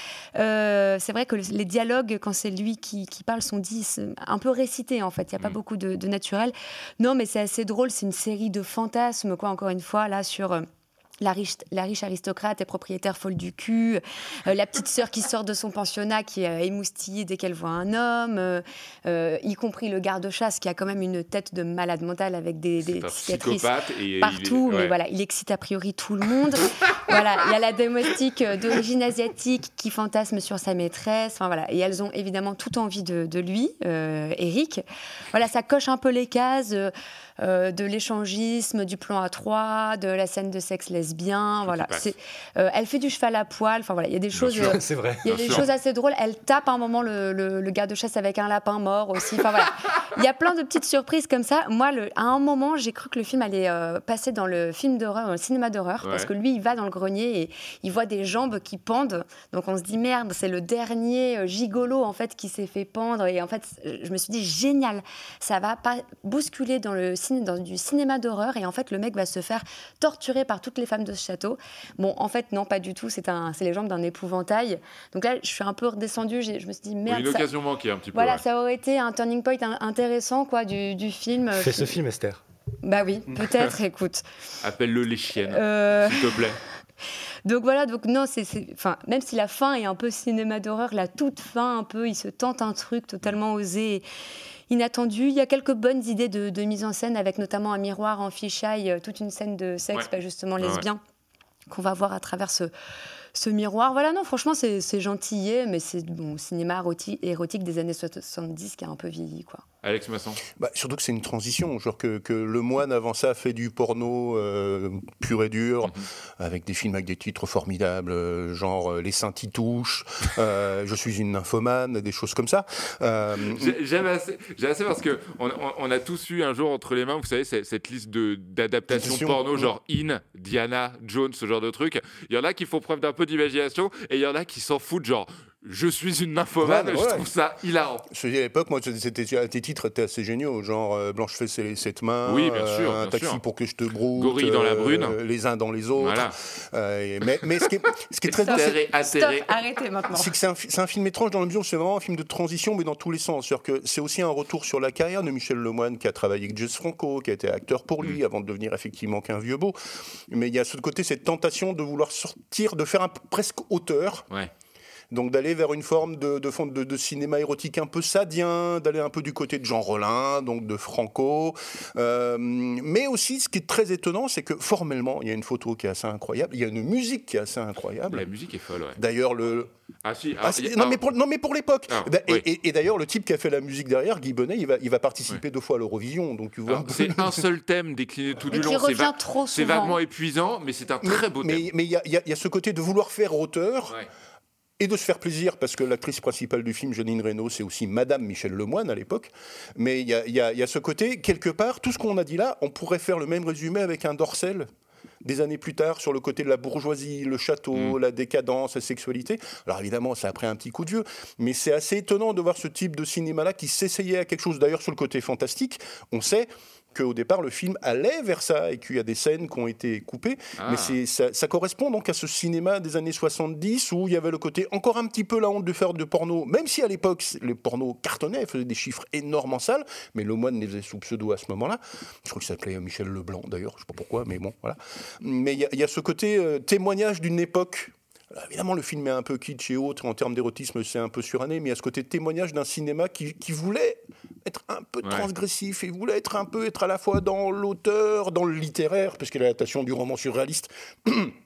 Euh, c'est vrai que le- les dialogues, quand c'est lui qui, qui parle, sont dits c'est un peu récités, en fait. Il n'y a pas Mm. beaucoup de, de naturel. Non, mais c'est assez drôle. C'est une série de fantasmes, quoi, encore une fois, là, sur... euh, La riche, la riche aristocrate et propriétaire folle du cul, euh, la petite sœur qui sort de son pensionnat qui est euh, émoustillée dès qu'elle voit un homme, euh, euh, y compris le garde-chasse qui a quand même une tête de malade mentale avec des, des C'est un cicatrices psychopathe et partout, il est- ouais. mais voilà, il excite a priori tout le monde. Voilà, il y a la domestique euh, d'origine asiatique qui fantasme sur sa maîtresse. Enfin voilà, et elles ont évidemment toute envie de, de lui, euh, Eric. Voilà, ça coche un peu les cases. Euh, Euh, de l'échangisme, du plan à trois, de la scène de sexe lesbien, Tout voilà. y passe. C'est, euh, elle fait du cheval à poil, enfin voilà, il y a des choses, sûr. euh, C'est vrai. il y a Bien des sûr. choses assez drôles. Elle tape à un moment le, le, le garde-chasse avec un lapin mort aussi. Enfin voilà, il y a plein de petites surprises comme ça. Moi, le, à un moment, j'ai cru que le film allait euh, passer dans le film d'horreur, dans le cinéma d'horreur, Ouais. parce que lui, il va dans le grenier et il voit des jambes qui pendent. Donc on se dit merde, c'est le dernier euh, gigolo en fait qui s'est fait pendre. Et en fait, je me suis dit génial, ça va pas bousculer dans le ciné, dans du cinéma d'horreur et en fait le mec va se faire torturer par toutes les femmes de ce château. Bon, en fait non, pas du tout, c'est un c'est les jambes d'un épouvantail. Donc là je suis un peu redescendue, j'ai, je me suis dit Oui, merde, une ça, occasion manquée un petit peu. voilà, ouais. ça aurait été un turning point in- intéressant quoi du, du film. Fais ce film, Esther. Bah oui, peut-être, écoute. Appelle-le les chiennes, Euh, s'il te plaît. Donc voilà, donc non, c'est, c'est, enfin, même si la fin est un peu cinéma d'horreur, la toute fin un peu, il se tente un truc totalement osé, et inattendu. Il y a quelques bonnes idées de, de mise en scène, avec notamment un miroir en fisheye, euh, toute une scène de sexe, Ouais. pas justement Ouais, lesbien, qu'on va voir à travers ce, ce miroir. Voilà, non, franchement, c'est, c'est gentillet, mais c'est bon cinéma érotique, érotique des années soixante-dix qui a un peu vieilli, quoi. Alex Masson. Bah, surtout que c'est une transition, genre que, que Lemoine avant ça fait du porno euh, pur et dur, Mm-hmm. avec des films avec des titres formidables, euh, genre euh, Les seins t'y touchent, euh, Je suis une nymphomane, des choses comme ça. Euh, J'ai- J'aime assez, j'ai assez parce que on, on, on a tous eu un jour entre les mains, vous savez, cette, cette liste de, d'adaptations Attention. porno, Mm. genre In, Diana, Jones, ce genre de trucs. Il y en a qui font preuve d'un peu d'imagination et il y en a qui s'en foutent, genre je suis une nymphomane, Ouais, je ouais. trouve ça hilarant. Je dis à l'époque, moi, c'était, tes titres étaient assez géniaux, genre euh, Blanche Fesse et sept mains, Oui, bien sûr, un bien taxi sûr. pour que je te broute, Gorille dans la brune. les uns dans les autres. Voilà. Euh, et- mais, mais ce qui est, ce qui est très drôle, c'est, Atterré, atterré. Stop, arrêtez maintenant. c'est que c'est un, fi- c'est un film étrange dans la mesure où c'est vraiment un film de transition, mais dans tous les sens. C'est-à-dire que c'est aussi un retour sur la carrière de Michel Lemoine, qui a travaillé avec Jess Franco, qui a été acteur pour lui, avant de devenir effectivement qu'un vieux beau. Mais il y a ce côté, cette tentation de vouloir sortir, de faire un presque auteur. Ouais. Donc d'aller vers une forme de, de, fond- de, de cinéma érotique un peu sadien, d'aller un peu du côté de Jean Rollin, donc de Franco. Euh, mais aussi, ce qui est très étonnant, c'est que formellement, il y a une photo qui est assez incroyable, il y a une musique qui est assez incroyable. La musique est folle, ouais. D'ailleurs, le... Ah si, Ah, alors, c'est- il y a- non, alors, mais pour, non, mais pour l'époque. Ah, Da- et, oui. et- et d'ailleurs, le type qui a fait la musique derrière, Guy Bonnet, il va, il va participer deux fois à l'Eurovision. Donc tu vois. alors, un peu- c'est un seul thème décliné tout Mais du qui long. C'est, revient va- trop c'est souvent. vaguement épuisant, mais c'est un très beau thème. mais mais il y a, il y a- il y a ce côté de vouloir faire auteur. Ouais. Et de se faire plaisir, parce que l'actrice principale du film, Jeanine Reno, c'est aussi Madame Michel Lemoine à l'époque. Mais il y a, il y a- il y a ce côté, quelque part, tout ce qu'on a dit là, on pourrait faire le même résumé avec un Dorcel des années plus tard, sur le côté de la bourgeoisie, le château, Mm. la décadence, la sexualité. Alors évidemment, ça a pris un petit coup de vieux, mais c'est assez étonnant de voir ce type de cinéma-là qui s'essayait à quelque chose. D'ailleurs, sur le côté fantastique, on sait qu'au départ, le film allait vers ça et qu'il y a des scènes qui ont été coupées. Ah. Mais c'est, ça, ça correspond donc à ce cinéma des années soixante-dix où il y avait le côté encore un petit peu la honte de faire de porno, même si à l'époque, le porno cartonnait, faisait des chiffres énormes en salle, mais Lemoine les faisait sous pseudo à ce moment-là. Je crois qu'il s'appelait Michel Leblanc d'ailleurs, je ne sais pas pourquoi, mais bon, voilà. Mais il y, a- il y a ce côté euh, témoignage d'une époque. Alors, évidemment, le film est un peu kitsch et autre, en termes d'érotisme, c'est un peu suranné, mais il y a ce côté témoignage d'un cinéma qui, qui voulait être un peu Ouais. transgressif et voulait être un peu être à la fois dans l'auteur, dans le littéraire, parce que l'adaptation du roman surréaliste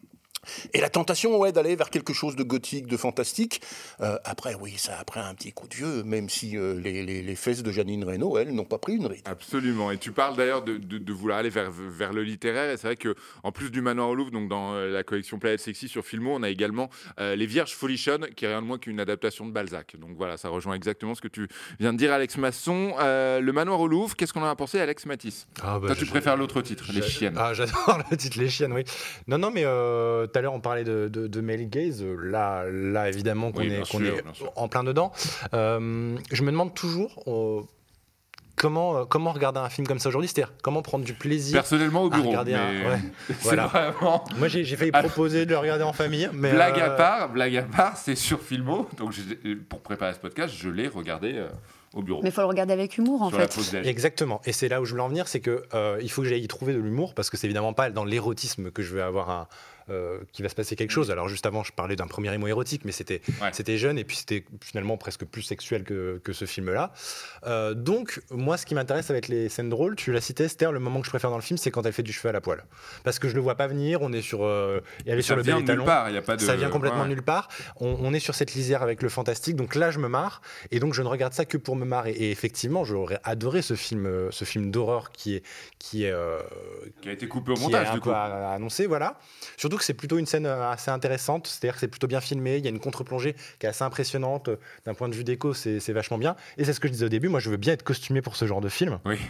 Et la tentation, ouais, d'aller vers quelque chose de gothique, de fantastique. Euh, après, oui, ça a pris un petit coup de vieux, même si euh, les, les, les fesses de Jeanine Reynaud, elles, n'ont pas pris une ride. Absolument. Et tu parles d'ailleurs de, de, de vouloir aller vers, vers le littéraire. Et c'est vrai qu'en plus du Manoir au Louvre, donc dans euh, la collection Planète Sexy sur Filmo, on a également euh, Les Vierges Folichonnes, qui est rien de moins qu'une adaptation de Balzac. Donc voilà, ça rejoint exactement ce que tu viens de dire, Alex Masson. Euh, le Manoir au Louvre, qu'est-ce qu'on en a pensé, Alex Matisse? ah bah, Toi, tu préfères l'autre titre, Les Chiennes. Ah, j'adore le titre, Les Chiennes, oui. Non, non, mais euh, tout à l'heure, on parlait de, de, de male gaze. Là, là évidemment, qu'on oui, est, qu'on sûr, est en plein dedans. Euh, je me demande toujours... Euh, Comment, comment regarder un film comme ça aujourd'hui, c'est-à-dire comment prendre du plaisir personnellement au bureau, à regarder mais un... ouais. c'est voilà. vraiment... Moi j'ai, j'ai failli proposer de le regarder en famille, mais blague euh... à part, blague à part, c'est sur Filmo, donc je, pour préparer ce podcast, je l'ai regardé euh, au bureau. Mais il faut le regarder avec humour en sur fait. Exactement, et c'est là où je voulais en venir, c'est que euh, il faut que j'aille y trouver de l'humour parce que c'est évidemment pas dans l'érotisme que je vais avoir un Euh, qu'il va se passer quelque chose. Alors juste avant, je parlais d'un premier émoi érotique, mais c'était, ouais. c'était jeune et puis c'était finalement presque plus sexuel que, que ce film-là. Euh, donc, moi, ce qui m'intéresse, ça va être les scènes drôles. Tu l'as cité, Esther, le moment que je préfère dans le film, c'est quand elle fait du cheveu à la poêle. Parce que je le vois pas venir, on est sur... Euh, elle est sur le bel étalon. Part, y a pas de... Ça vient complètement ouais. nulle part. On, on est sur cette lisière avec le fantastique. Donc là, je me marre. Et donc, je ne regarde ça que pour me marrer. Et effectivement, j'aurais adoré ce film, ce film d'horreur qui est... Qui, est, euh, qui a été coupé au montage, du coup. Annoncé, voilà. Surtout que c'est plutôt une scène assez intéressante, c'est-à-dire que c'est plutôt bien filmé, il y a une contre-plongée qui est assez impressionnante, d'un point de vue déco, c'est, c'est vachement bien, et c'est ce que je disais au début, moi je veux bien être costumé pour ce genre de film, oui.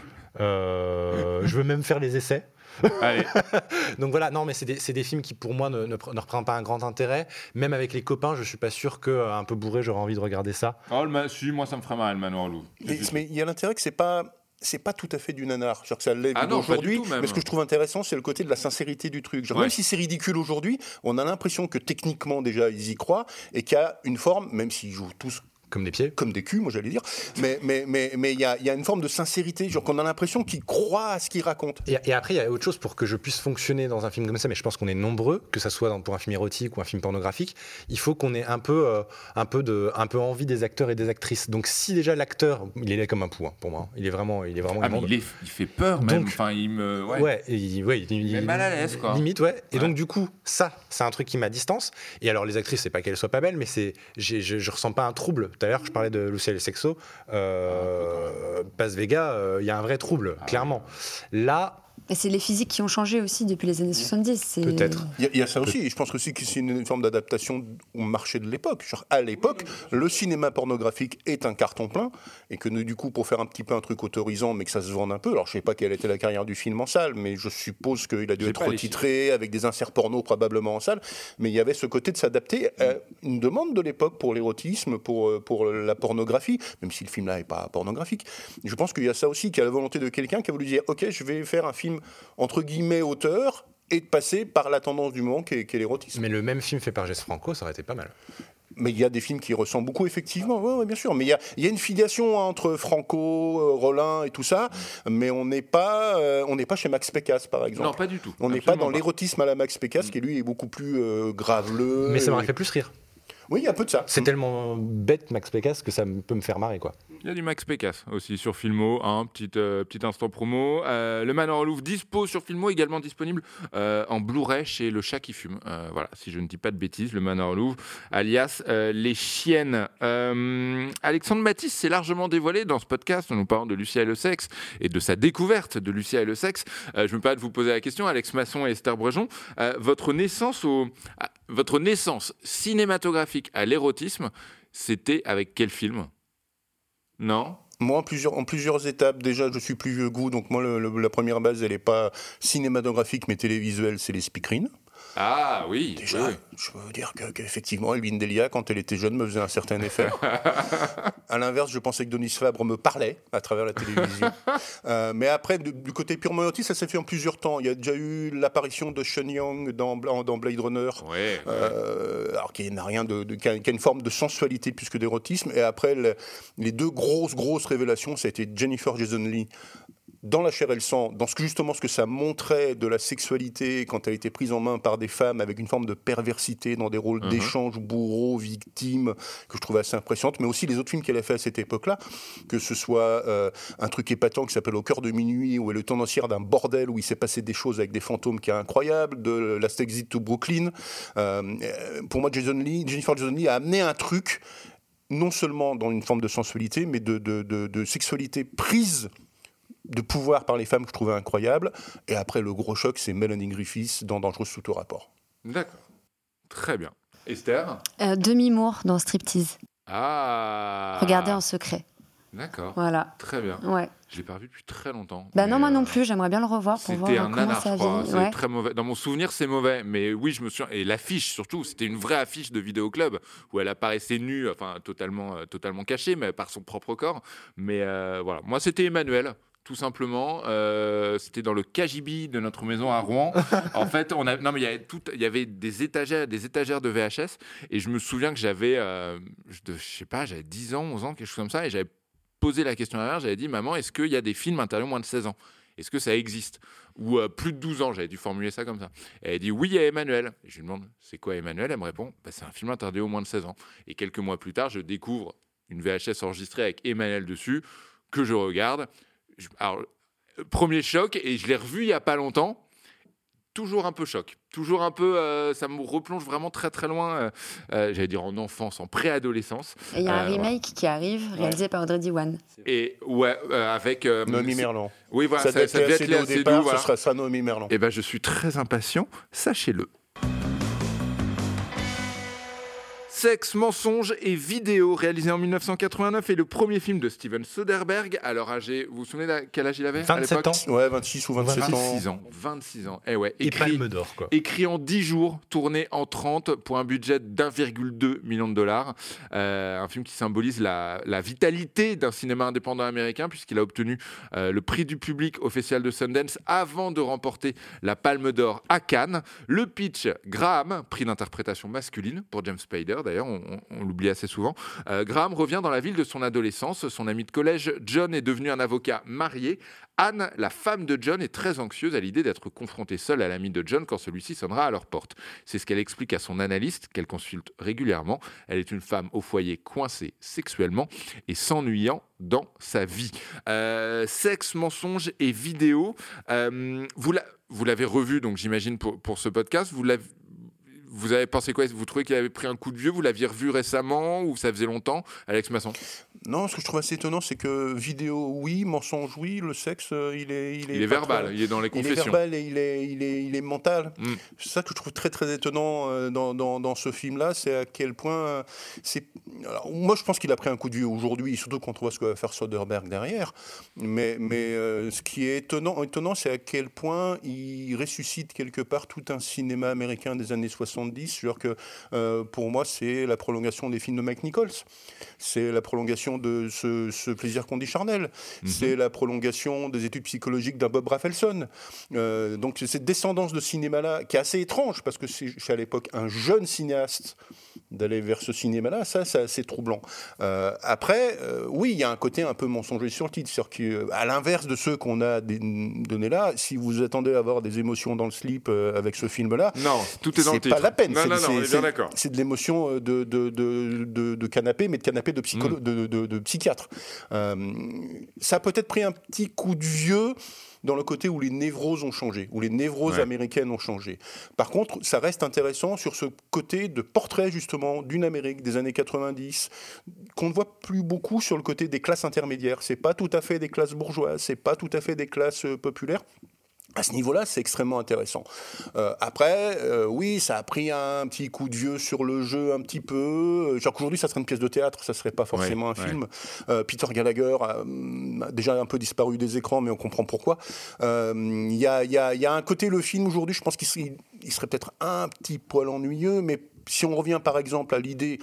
euh, je veux même faire les essais. Allez. Donc voilà, non mais c'est des, c'est des films qui pour moi ne, ne, ne représentent pas un grand intérêt, même avec les copains, je suis pas sûr qu'un peu bourré j'aurais envie de regarder ça. Oh, le ma- si, moi ça me ferait mal, le Manoir au Louvre. Mais il y a l'intérêt que c'est pas... c'est pas tout à fait du nanar. Genre que ça l'est ah non, aujourd'hui, mais ce que je trouve intéressant, c'est le côté de la sincérité du truc. Genre ouais. Même si c'est ridicule aujourd'hui, on a l'impression que techniquement déjà ils y croient et qu'il y a une forme, même s'ils jouent tous comme des pieds, comme des culs, moi j'allais dire, mais mais mais mais il y a il y a une forme de sincérité, genre qu'on a l'impression qu'ils croient à ce qu'ils racontent. Et, et après il y a autre chose pour que je puisse fonctionner dans un film comme ça, mais je pense qu'on est nombreux, que ça soit dans, pour un film érotique ou un film pornographique, il faut qu'on ait un peu euh, un peu de un peu envie des acteurs et des actrices. Donc si déjà l'acteur, il est là comme un pou hein, pour moi, il est vraiment il est vraiment ah, mais il, est, il fait peur même. Donc, enfin il me ouais, ouais, il, ouais il, il, il est mal à l'aise quoi. Limite ouais. Et ouais. donc du coup ça c'est un truc qui m'a distance. Et alors les actrices c'est pas qu'elles soient pas belles, mais c'est j'ai, je, je ressens pas un trouble. Tout à l'heure je parlais de Lucia El Sexo, euh, Paz Vega, il euh, y a un vrai trouble, ah, clairement. Là. Et c'est les physiques qui ont changé aussi depuis les années soixante-dix. C'est... Peut-être. Il y, y a ça aussi. Et je pense aussi que c'est une forme d'adaptation au marché de l'époque. Genre, à l'époque, le cinéma pornographique est un carton plein et que nous, du coup, pour faire un petit peu un truc autorisant, mais que ça se vende un peu. Alors, je sais pas quelle était la carrière du film en salle, mais je suppose qu'il a dû J'ai être retitré avec des inserts porno probablement en salle. Mais il y avait ce côté de s'adapter à une demande de l'époque pour l'érotisme, pour pour la pornographie, même si le film là n'est pas pornographique. Je pense qu'il y a ça aussi, qu'il y a la volonté de quelqu'un qui a voulu dire, ok, je vais faire un film entre guillemets auteur et de passer par la tendance du moment qui est, qui est l'érotisme. Mais le même film fait par Jess Franco, ça aurait été pas mal. Mais il y a des films qui ressemblent beaucoup, effectivement, oui, ouais, bien sûr. Mais il y a, y a une filiation entre Franco, euh, Rollin et tout ça, mais on n'est pas, euh, on n'est pas chez Max Pécasse, par exemple. Non, pas du tout. On n'est pas dans pas. l'érotisme à la Max Pécasse, qui lui est beaucoup plus euh, graveleux. Mais ça m'aurait et... fait plus rire. Oui, il y a un peu de ça. C'est tellement bête, Max Pécasse, que ça peut me faire marrer, quoi. Il y a du Max Pécasse aussi sur Filmo, hein, petit, euh, petit instant promo. Euh, le Manoir au Louvre dispo sur Filmo, également disponible euh, en Blu-ray chez Le Chat qui fume. Euh, voilà, si je ne dis pas de bêtises, le Manoir au Louvre, alias euh, Les Chiennes. Euh, Alexandre Matisse s'est largement dévoilé dans ce podcast en nous parlant de Lucia et le sexe et de sa découverte de Lucia et le sexe. Euh, je me permets de vous poser la question, Alex Masson et Esther Brejon, euh, votre naissance au, à, votre naissance cinématographique à l'érotisme, c'était avec quel film ? Non. Moi, en plusieurs, en plusieurs étapes. Déjà, je suis plus vieux goût, donc moi, le, le, la première base, elle n'est pas cinématographique, mais télévisuelle, c'est les speakerines. Ah oui. Déjà, oui. Je peux vous dire que, qu'effectivement, Elvine Delia, quand elle était jeune, me faisait un certain effet. À l'inverse, je pensais que Denis Fabre me parlait à travers la télévision. euh, mais après, du, du côté purement érotique, ça s'est fait en plusieurs temps. Il y a déjà eu l'apparition de Sean Young dans, dans Blade Runner, ouais, euh, ouais. alors qui n'a rien de, de qui, a, qui a une forme de sensualité plus que d'érotisme. Et après, le, les deux grosses grosses révélations, ça a été Jennifer Jason Leigh dans La chair et le sang, dans ce que, justement ce que ça montrait de la sexualité quand elle était prise en main par des femmes avec une forme de perversité dans des rôles mmh. d'échange, bourreau, victime, que je trouvais assez impressionnante, mais aussi les autres films qu'elle a fait à cette époque-là, que ce soit euh, un truc épatant qui s'appelle Au cœur de minuit, où elle est tenancière d'un bordel où il s'est passé des choses avec des fantômes qui est incroyable, de Last Exit to Brooklyn. Euh, pour moi, Jason Lee, Jennifer Jason Lee a amené un truc, non seulement dans une forme de sensualité, mais de, de, de, de sexualité prise de pouvoir par les femmes que je trouvais incroyable. Et après, le gros choc, c'est Melanie Griffiths dans Dangereuse sous tout rapport. D'accord. Très bien. Esther euh, Demi Moore dans Striptease. Ah Regardez en secret. D'accord. Voilà. Très bien. Ouais. Je l'ai pas revu depuis très longtemps. Bah non, moi non plus. J'aimerais bien le revoir pour voir un comment nanar, ça je crois. vit. C'est ouais. très mauvais. Dans mon souvenir, c'est mauvais. Mais oui, je me souviens. Et l'affiche, surtout, c'était une vraie affiche de vidéoclub où elle apparaissait nue, enfin totalement, euh, totalement cachée, mais par son propre corps. Mais euh, voilà. Moi, c'était Emmanuel. Tout simplement, euh, c'était dans le K G B de notre maison à Rouen. En fait, on a, non mais il y avait tout, il y avait des étagères, des étagères de V H S, et je me souviens que j'avais, euh, je, je sais pas, j'avais dix ans, onze ans, quelque chose comme ça, et j'avais posé la question à ma mère, j'avais dit, maman, est-ce qu'il y a des films interdits aux moins de seize ans ? Est-ce que ça existe ? Ou euh, plus de douze ans, j'avais dû formuler ça comme ça. Et elle dit, oui, il y a Emmanuel. Et je lui demande, c'est quoi Emmanuel ? Elle me répond, bah, c'est un film interdit aux moins de seize ans. Et quelques mois plus tard, je découvre une V H S enregistrée avec Emmanuel dessus, que je regarde. Je, alors, premier choc, et je l'ai revu il n'y a pas longtemps. Toujours un peu choc. Toujours un peu... Euh, ça me replonge vraiment très très loin. Euh, euh, j'allais dire en enfance, en préadolescence. Et il y a un euh, remake ouais. qui arrive, réalisé ouais. par Audrey Diwan. Et ouais, euh, avec... Euh, Noémie Merlan. Oui, voilà. Ça, Ça, ça devait être assez au assez départ, doux, voilà. Ce sera ça, Noémie Merlan. Et ben, je suis très impatient. Sachez-le. Sexe, mensonge et vidéo, réalisé en dix-neuf cent quatre-vingt-neuf, est le premier film de Steven Soderbergh. Alors âgé, vous vous souvenez de quel âge il avait vingt-sept ans. Ouais, vingt-six ou vingt-sept ans. vingt-six ans. vingt-six ans. Eh ouais, écrit, et Palme d'Or, quoi. Écrit en dix jours, tourné en trente pour un budget d'un virgule deux million de dollars. Euh, un film qui symbolise la, la vitalité d'un cinéma indépendant américain, puisqu'il a obtenu euh, le prix du public au Festival de Sundance avant de remporter la Palme d'Or à Cannes. Le pitch, Graham, prix d'interprétation masculine pour James Spader. D'ailleurs, on, on, on l'oublie assez souvent. Euh, Graham revient dans la ville de son adolescence. Son ami de collège, John, est devenu un avocat marié. Anne, la femme de John, est très anxieuse à l'idée d'être confrontée seule à l'ami de John quand celui-ci sonnera à leur porte. C'est ce qu'elle explique à son analyste, qu'elle consulte régulièrement. Elle est une femme au foyer coincée sexuellement et s'ennuyant dans sa vie. Euh, sexe, mensonge et vidéo. Euh, vous, la, vous l'avez revu, donc j'imagine, pour, pour ce podcast. Vous l'avez Vous avez pensé quoi ? Vous trouvez qu'il avait pris un coup de vieux ? Vous l'aviez revu récemment ou ça faisait longtemps ? Alex Masson ? Non, ce que je trouve assez étonnant, c'est que vidéo, oui, mensonge, oui, le sexe, euh, il est... Il est, il est verbal, très, il est dans les confessions. Il est verbal et il est, il est, il est mental. Mm. C'est ça que je trouve très, très étonnant euh, dans, dans, dans ce film-là, c'est à quel point... Euh, c'est... Alors, moi, je pense qu'il a pris un coup de vieux aujourd'hui, surtout quand on voit ce que va faire Soderbergh derrière. Mais, mais euh, ce qui est étonnant, étonnant, c'est à quel point il ressuscite quelque part tout un cinéma américain des années soixante-dix. C'est-à-dire que, euh, pour moi, c'est la prolongation des films de Mike Nichols. C'est la prolongation de ce, ce plaisir qu'on dit charnel. Mm-hmm. C'est la prolongation des études psychologiques d'un Bob Rafelson. Euh, donc, c'est cette descendance de cinéma-là qui est assez étrange, parce que c'est, c'est à l'époque un jeune cinéaste d'aller vers ce cinéma-là, ça, c'est assez troublant. Euh, après, euh, oui, il y a un côté un peu mensonger sur le titre, c'est-à-dire qu'à l'inverse de ceux qu'on a donnés là, si vous attendez à avoir des émotions dans le slip euh, avec ce film-là, non, tout est dans le titre. C'est pas la peine. Non, c'est, non, non, c'est, on est bien c'est, d'accord. C'est de l'émotion de, de, de, de, de canapé, mais de canapé de, psycholo- mmh. de, de, de psychiatre. Euh, ça a peut-être pris un petit coup de vieux dans le côté où les névroses ont changé, où les névroses ouais. américaines ont changé. Par contre, ça reste intéressant sur ce côté de portrait, justement, d'une Amérique des années quatre-vingt-dix, qu'on ne voit plus beaucoup sur le côté des classes intermédiaires. C'est pas tout à fait des classes bourgeoises, c'est pas tout à fait des classes euh, populaires. À ce niveau-là, c'est extrêmement intéressant. Euh, après, euh, oui, ça a pris un petit coup de vieux sur le jeu un petit peu. Genre qu'aujourd'hui, ça serait une pièce de théâtre, ça serait pas forcément ouais, un film. Ouais. Euh, Peter Gallagher a, a déjà un peu disparu des écrans, mais on comprend pourquoi. Il euh, y, a, y, a, y a un côté, le film aujourd'hui, je pense qu'il serait, il serait peut-être un petit poil ennuyeux, mais si on revient par exemple à l'idée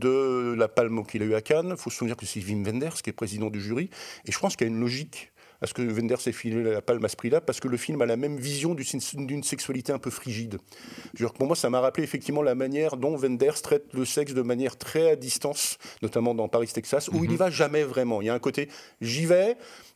de la palme qu'il a eu à Cannes, il faut se souvenir que c'est Wim Wenders qui est président du jury, et je pense qu'il y a une logique à ce que Wenders ait filé la palme à ce prix-là, parce que le film a la même vision d'une sexualité un peu frigide. Genre, pour moi, ça m'a rappelé effectivement la manière dont Wenders traite le sexe de manière très à distance, notamment dans Paris, Texas, où mm-hmm. il n'y va jamais vraiment. Il y a un côté, j'y vais,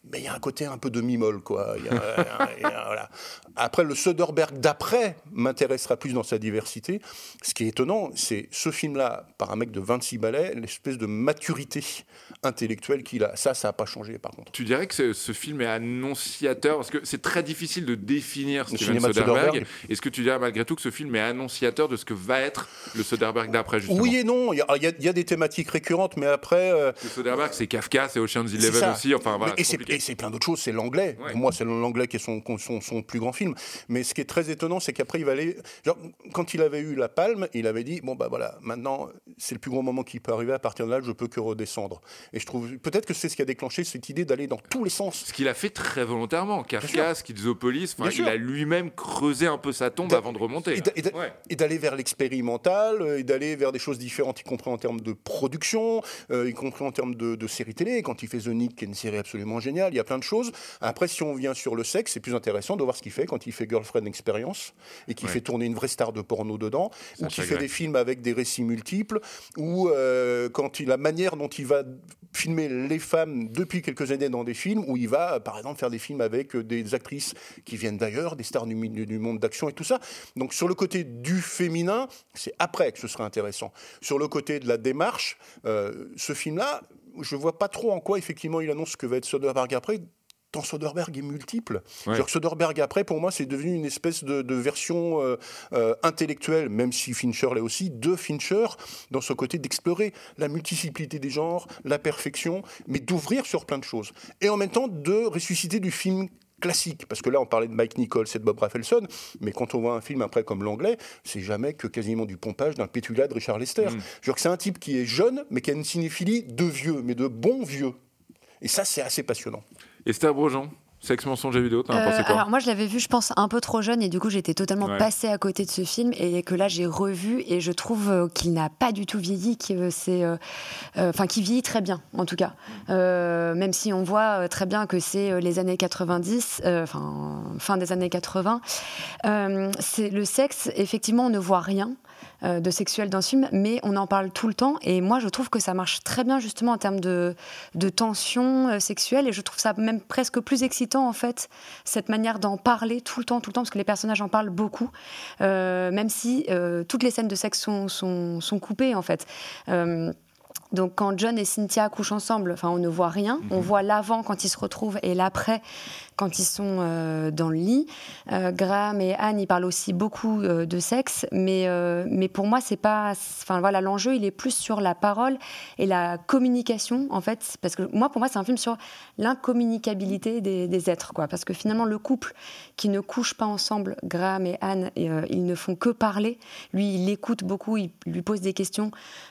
mais il y a un côté un peu demi-molle, quoi. Il y a, il y a, voilà. Après, le Soderbergh d'après m'intéressera plus dans sa diversité. Ce qui est étonnant, c'est ce film-là, par un mec de vingt-six balais, l'espèce de maturité intellectuelle qu'il a. Ça, ça n'a pas changé, par contre. Tu dirais que ce, ce film est annonciateur, parce que c'est très difficile de définir Steven Soderbergh. Soderbergh. Est-ce que tu dirais malgré tout que ce film est annonciateur de ce que va être le Soderbergh d'après, justement? Oui et non. Il y a, il y a, il y a des thématiques récurrentes, mais après... Euh... Le Soderbergh, c'est Kafka, c'est Ocean's Eleven aussi. Enfin, voilà, et, c'est, et c'est plein d'autres choses. C'est l'anglais. Ouais. Pour moi, c'est l'anglais qui est son, son, son plus grand film. Mais ce qui est très étonnant, c'est qu'après, il va aller... Genre, quand il avait eu la Palme, il avait dit, bon, bah voilà, maintenant, c'est le plus grand moment qui peut arriver. À partir de là, je peux que redescendre. Et je trouve... Peut-être que c'est ce qui a déclenché cette idée d'aller dans tous les sens. Ce qu'il a fait très volontairement. Kafka, Schizopolis, il a lui-même creusé un peu sa tombe d'a... avant de remonter. Et, d'a... et, d'a... ouais. et d'aller vers l'expérimental, et d'aller vers des choses différentes, y compris en termes de production, euh, y compris en termes de, de séries télé. Quand il fait The Nick, qui est une série absolument géniale, il y a plein de choses. Après, si on vient sur le sexe, c'est plus intéressant de voir ce qu'il fait quand il fait Girlfriend Experience et qu'il ouais. fait tourner une vraie star de porno dedans, ça ou qu'il fait des films avec des récits multiples, ou euh, quand il, la manière dont il va filmer les femmes depuis quelques années dans des films, où il va, par exemple, faire des films avec des actrices qui viennent d'ailleurs, des stars du, du monde d'action et tout ça. Donc, sur le côté du féminin, c'est après que ce sera intéressant. Sur le côté de la démarche, euh, ce film-là, je ne vois pas trop en quoi, effectivement, il annonce ce que va être Soderbergh après. Tant Soderbergh est multiple. Ouais. Genre Soderbergh après, pour moi, c'est devenu une espèce de, de version euh, euh, intellectuelle, même si Fincher l'est aussi, de Fincher, dans ce côté d'explorer la multiplicité des genres, la perfection, mais d'ouvrir sur plein de choses. Et en même temps, de ressusciter du film classique, parce que là on parlait de Mike Nichols et de Bob Rafelson, mais quand on voit un film après comme L'Anglais, c'est jamais que quasiment du pompage d'un pétulat de Richard Lester. Mmh. Genre que c'est un type qui est jeune, mais qui a une cinéphilie de vieux, mais de bons vieux. Et ça, c'est assez passionnant. Esther Brogeon, Sexe, mensonge et vidéo, t'en as euh, pensé quoi? Alors moi je l'avais vu je pense un peu trop jeune et du coup j'étais totalement ouais. passée à côté de ce film et que là j'ai revu et je trouve qu'il n'a pas du tout vieilli, que c'est, euh, euh, enfin qu'il vieillit très bien en tout cas, euh, même si on voit très bien que c'est les années quatre-vingt-dix, enfin euh, fin des années quatre-vingts. Euh, c'est le sexe, effectivement on ne voit rien de sexuel dans ce film, mais on en parle tout le temps et moi je trouve que ça marche très bien justement en termes de, de tension euh, sexuelle et je trouve ça même presque plus excitant en fait, cette manière d'en parler tout le temps, tout le temps, parce que les personnages en parlent beaucoup, euh, même si euh, toutes les scènes de sexe sont, sont, sont coupées en fait. Euh, Donc quand John et Cynthia couchent ensemble, enfin on ne voit rien, mmh. on voit l'avant quand ils se retrouvent et l'après quand ils sont euh, dans le lit. Euh, Graham et Anne, ils parlent aussi beaucoup euh, de sexe, mais euh, mais pour moi c'est pas, enfin voilà, l'enjeu il est plus sur la parole et la communication en fait, parce que moi pour moi c'est un film sur l'incommunicabilité des, des êtres quoi, parce que finalement le couple qui ne couche pas ensemble, Graham et Anne, et, euh, ils ne font que parler. Lui il écoute beaucoup, il lui pose des questions.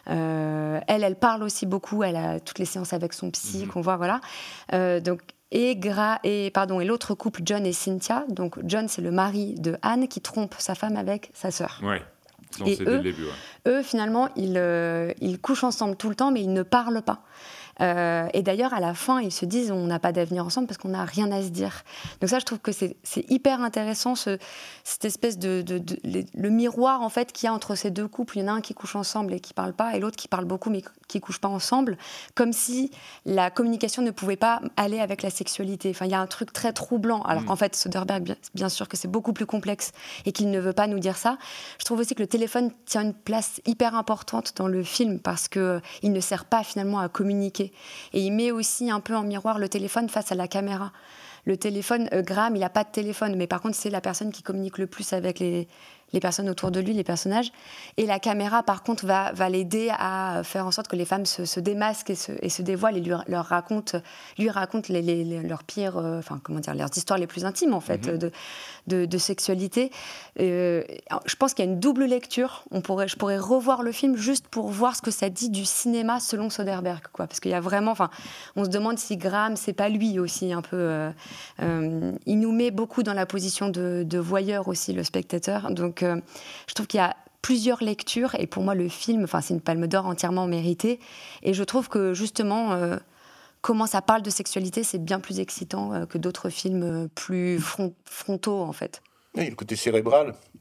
Euh, elle elle parle aussi beaucoup, elle a toutes les séances avec son psy mmh. qu'on voit voilà. Euh, donc Et, Gra- et, pardon, et l'autre couple, John et Cynthia. Donc, John, c'est le mari de Anne qui trompe sa femme avec sa sœur. Ouais. Et eux, le début, ouais. eux, finalement, ils, euh, ils couchent ensemble tout le temps, mais ils ne parlent pas. Euh, et d'ailleurs, à la fin, ils se disent on n'a pas d'avenir ensemble parce qu'on n'a rien à se dire. Donc ça, je trouve que c'est, c'est hyper intéressant, ce, cette espèce de, de, de, de... Le miroir, en fait, qu'il y a entre ces deux couples. Il y en a un qui couche ensemble et qui ne parle pas, et l'autre qui parle beaucoup mais qui ne couche pas ensemble. Comme si la communication ne pouvait pas aller avec la sexualité. Enfin, il y a un truc très troublant. Alors mmh. qu'en fait, Soderbergh, bien, bien sûr que c'est beaucoup plus complexe et qu'il ne veut pas nous dire ça. Je trouve aussi que le téléphone tient une place hyper importante dans le film parce qu'il ne sert pas finalement à communiquer. Et il met aussi un peu en miroir le téléphone face à la caméra. Le téléphone, euh, Graham, il n'a pas de téléphone, mais par contre, c'est la personne qui communique le plus avec les, les personnes autour de lui, les personnages. Et la caméra, par contre, va, va l'aider à faire en sorte que les femmes se, se démasquent et se, et se dévoilent et lui, leur racontent, lui racontent les, les, les, leurs pires, euh, enfin, comment dire, leurs histoires les plus intimes, en fait, mm-hmm. de, de, de sexualité. Euh, je pense qu'il y a une double lecture. On pourrait, je pourrais revoir le film juste pour voir ce que ça dit du cinéma selon Soderbergh, quoi. Parce qu'il y a vraiment, enfin, on se demande si Graham, c'est pas lui aussi, un peu. Euh, euh, il nous met beaucoup dans la position de, de voyeur aussi, le spectateur. Donc, euh, je trouve qu'il y a plusieurs lectures et pour moi, le film, enfin, c'est une palme d'or entièrement méritée. Et je trouve que justement. Euh, Comment ça parle de sexualité, c'est bien plus excitant euh, que d'autres films euh, plus front- frontaux, en fait. Oui, le côté cérébral.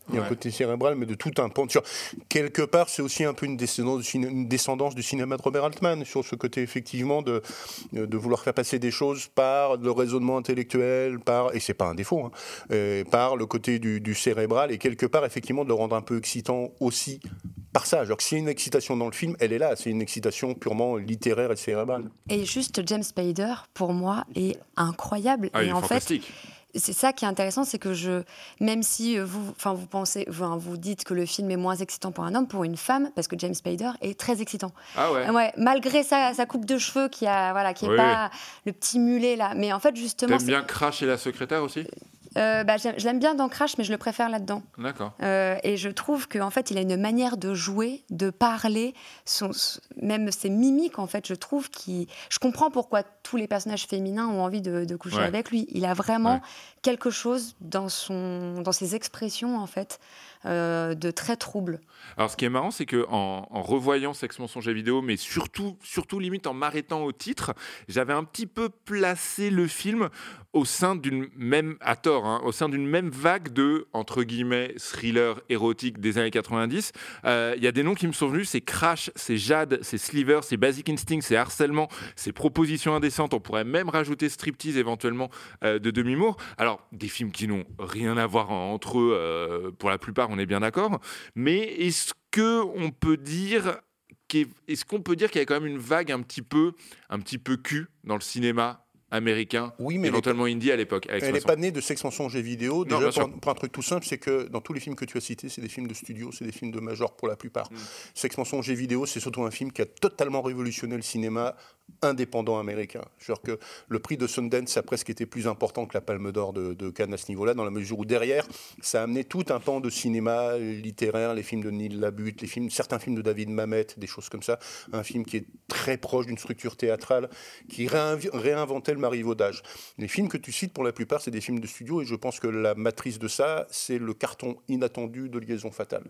Il y a ouais. un côté cérébral, mais de tout un pan. Sur, quelque part, c'est aussi un peu une descendance, une descendance du cinéma de Robert Altman, sur ce côté, effectivement, de, de vouloir faire passer des choses par le raisonnement intellectuel, par, et c'est pas un défaut, hein, euh, par le côté du, du cérébral, et quelque part, effectivement, de le rendre un peu excitant aussi par ça. Alors que s'il y a une excitation dans le film, elle est là, c'est une excitation purement littéraire et cérébrale. Et juste, James Spader, pour moi, est incroyable. Ah, et il est en fantastique. fait, c'est ça qui est intéressant, c'est que je, même si vous, enfin vous pensez, enfin, vous dites que le film est moins excitant pour un homme, pour une femme, parce que James Spader est très excitant. Ah ouais. Ouais, malgré sa, sa coupe de cheveux qui a, voilà, qui est oui. pas le petit mulet là, mais en fait justement. T'aimes bien Crash et la secrétaire aussi? Euh, bah, je l'aime bien dans Crash, mais je le préfère là-dedans. D'accord. Euh, et je trouve qu'en fait, il a une manière de jouer, de parler, son, même ses mimiques, en fait, je trouve qu'il... Je comprends pourquoi tous les personnages féminins ont envie de, de coucher ouais. avec lui. Il a vraiment ouais. quelque chose dans, son, dans ses expressions, en fait, euh, de très trouble. Alors, ce qui est marrant, c'est qu'en en revoyant Sexe, mensonge et vidéo, mais surtout, surtout limite en m'arrêtant au titre, j'avais un petit peu placé le film au sein d'une même, à tort, hein, au sein d'une même vague de, entre guillemets, thriller érotique des années quatre-vingt-dix. Il euh, y a des noms qui me sont venus, c'est Crash, c'est Jade, c'est Sliver, c'est Basic Instinct, c'est Harcèlement, c'est Proposition indécente. On pourrait même rajouter Striptease éventuellement euh, de Demi Moore. Alors, des films qui n'ont rien à voir entre eux, euh, pour la plupart, on est bien d'accord. Mais est-ce qu'on peut dire... Est-ce qu'on peut dire qu'il y a quand même une vague un petit peu, un petit peu cul dans le cinéma américain, oui, mais éventuellement pas, indie à l'époque. Elle n'est pas née de Sexe, mensonge et vidéo. Déjà, non, pour, pour un truc tout simple, c'est que dans tous les films que tu as cités, c'est des films de studio, c'est des films de major pour la plupart. Mm. Sexe, mensonge et vidéo, c'est surtout un film qui a totalement révolutionné le cinéma indépendant américain. Genre que le prix de Sundance a presque été plus important que la Palme d'Or de, de Cannes à ce niveau-là, dans la mesure où derrière, ça a amené tout un pan de cinéma littéraire, les films de Neil Labute, les films, certains films de David Mamet, des choses comme ça. Un film qui est très proche d'une structure théâtrale, qui réinv- réinventait le marivaudage. Les films que tu cites, pour la plupart, c'est des films de studio, et je pense que la matrice de ça, c'est le carton inattendu de Liaison fatale,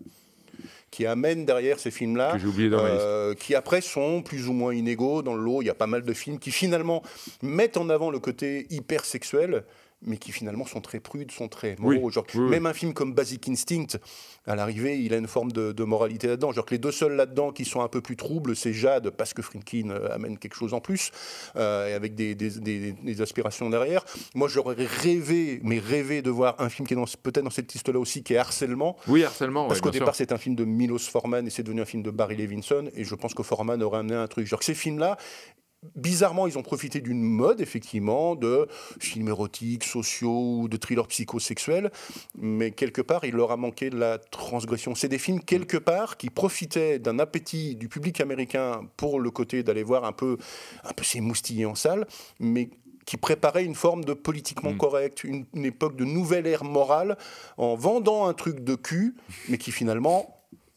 qui amène derrière ces films-là, euh, qui après sont plus ou moins inégaux dans le lot. Il y a pas mal de films qui finalement mettent en avant le côté hyper sexuel, mais qui finalement sont très prudes, sont très moraux. Oui, genre, oui, même oui. un film comme Basic Instinct, à l'arrivée, il a une forme de, de moralité là-dedans. Genre que les deux seuls là-dedans qui sont un peu plus troubles, c'est Jade, parce que Friedkin euh, amène quelque chose en plus, euh, et avec des, des, des, des aspirations derrière. Moi, j'aurais rêvé, mais rêvé de voir un film qui est dans, peut-être dans cette liste-là aussi, qui est Harcèlement. Oui, Harcèlement, parce ouais, qu'au bien départ, sûr. c'est un film de Milos Forman, et c'est devenu un film de Barry Levinson, et je pense que Forman aurait amené un truc. Genre que ces films-là, bizarrement, ils ont profité d'une mode, effectivement, de films érotiques, sociaux, de thrillers psychosexuels, mais quelque part, il leur a manqué de la transgression. C'est des films, quelque part, qui profitaient d'un appétit du public américain pour le côté d'aller voir un peu, un peu s'émoustiller en salle, mais qui préparait une forme de politiquement mmh. correct, une, une époque de nouvelle ère morale, en vendant un truc de cul, mais qui finalement...